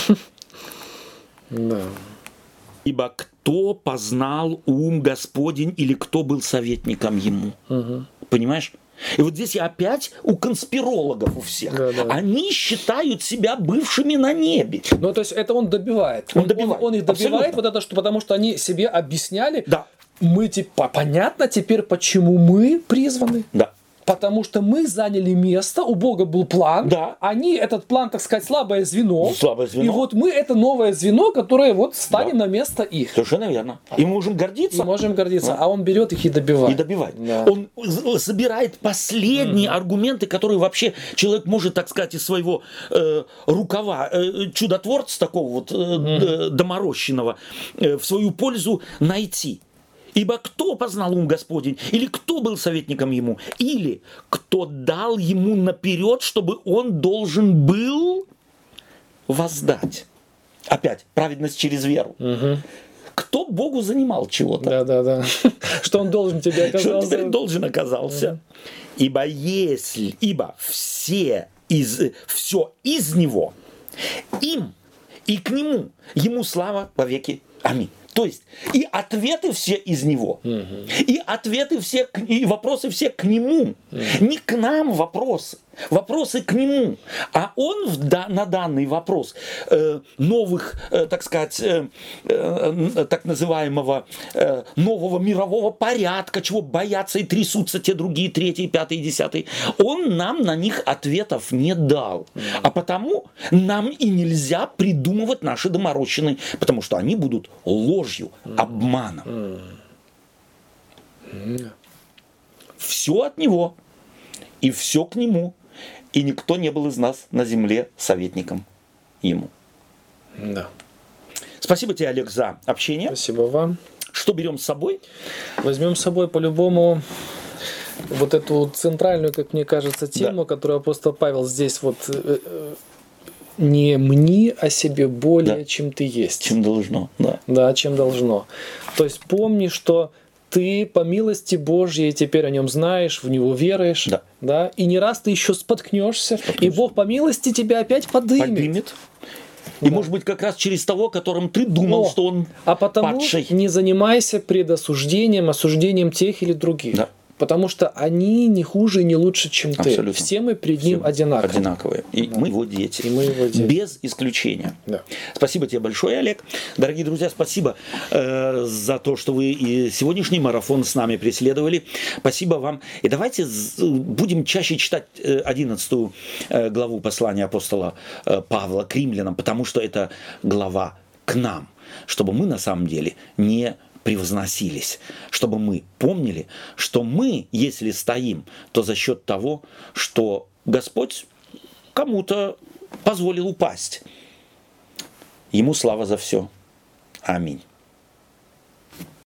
A: Ибо кто познал ум Господень или кто был советником ему? Понимаешь? И вот здесь я опять у конспирологов у всех. Они считают себя бывшими на небе.
B: Ну, то есть это он добивает. Он их добивает, вот это, потому что они себе объясняли. Мы понятно теперь, почему мы призваны. Потому что мы заняли место, у Бога был план, они, этот план, так сказать, слабое звено. И вот мы это новое звено, которое вот станем на место их.
A: Совершенно верно. И мы можем гордиться.
B: А он берет их и добивает.
A: Он собирает последние аргументы, которые вообще человек может, так сказать, из своего рукава чудотворца такого вот доморощенного в свою пользу найти. Ибо кто познал ум Господень? Или кто был советником ему? Или кто дал ему наперед, чтобы он должен был воздать? Опять, праведность через веру. Кто Богу занимал чего-то?
B: Что он должен тебе оказался.
A: Что он теперь должен оказался. Ибо все из него, им и к нему, ему слава во веки. Аминь. То есть и ответы все из него, и ответы все, и вопросы все к нему. Не к нам вопросы, вопросы к нему. А он на данный вопрос новых, так сказать, так называемого нового мирового порядка, чего боятся и трясутся те другие, третьи, пятые, десятые, он нам на них ответов не дал. А потому нам и нельзя придумывать наши доморощенные, потому что они будут ложью, обманом. Все от него, и все к нему, и никто не был из нас на земле советником ему.
B: Да.
A: Спасибо тебе, Олег, за общение.
B: Спасибо вам.
A: Что берем с собой?
B: Возьмем с собой по-любому вот эту центральную, как мне кажется, тему, которую апостол Павел здесь вот не мни о себе более, чем ты есть.
A: Чем должно, да.
B: Да, чем должно. То есть помни, что ты по милости Божьей теперь о нем знаешь, в него веруешь, да, и не раз ты еще споткнешься, и Бог по милости тебя опять подымет.
A: И может быть как раз через того, которым ты думал, что он
B: а потому
A: падший.
B: Не занимайся предосуждением, осуждением тех или других.
A: Да.
B: Потому что они не хуже и не лучше, чем
A: Абсолютно.
B: ты. Все мы пред ним
A: одинаковые. И мы его дети.
B: И мы его дети.
A: Без исключения.
B: Да.
A: Спасибо тебе большое, Олег. Дорогие друзья, спасибо за то, что вы и сегодняшний марафон с нами преследовали. Спасибо вам. И давайте будем чаще читать 11 главу послания апостола Павла к римлянам, потому что это глава к нам, чтобы мы на самом деле не превозносились, чтобы мы помнили, что мы, если стоим, то за счет того, что Господь кому-то позволил упасть. Ему слава за все. Аминь.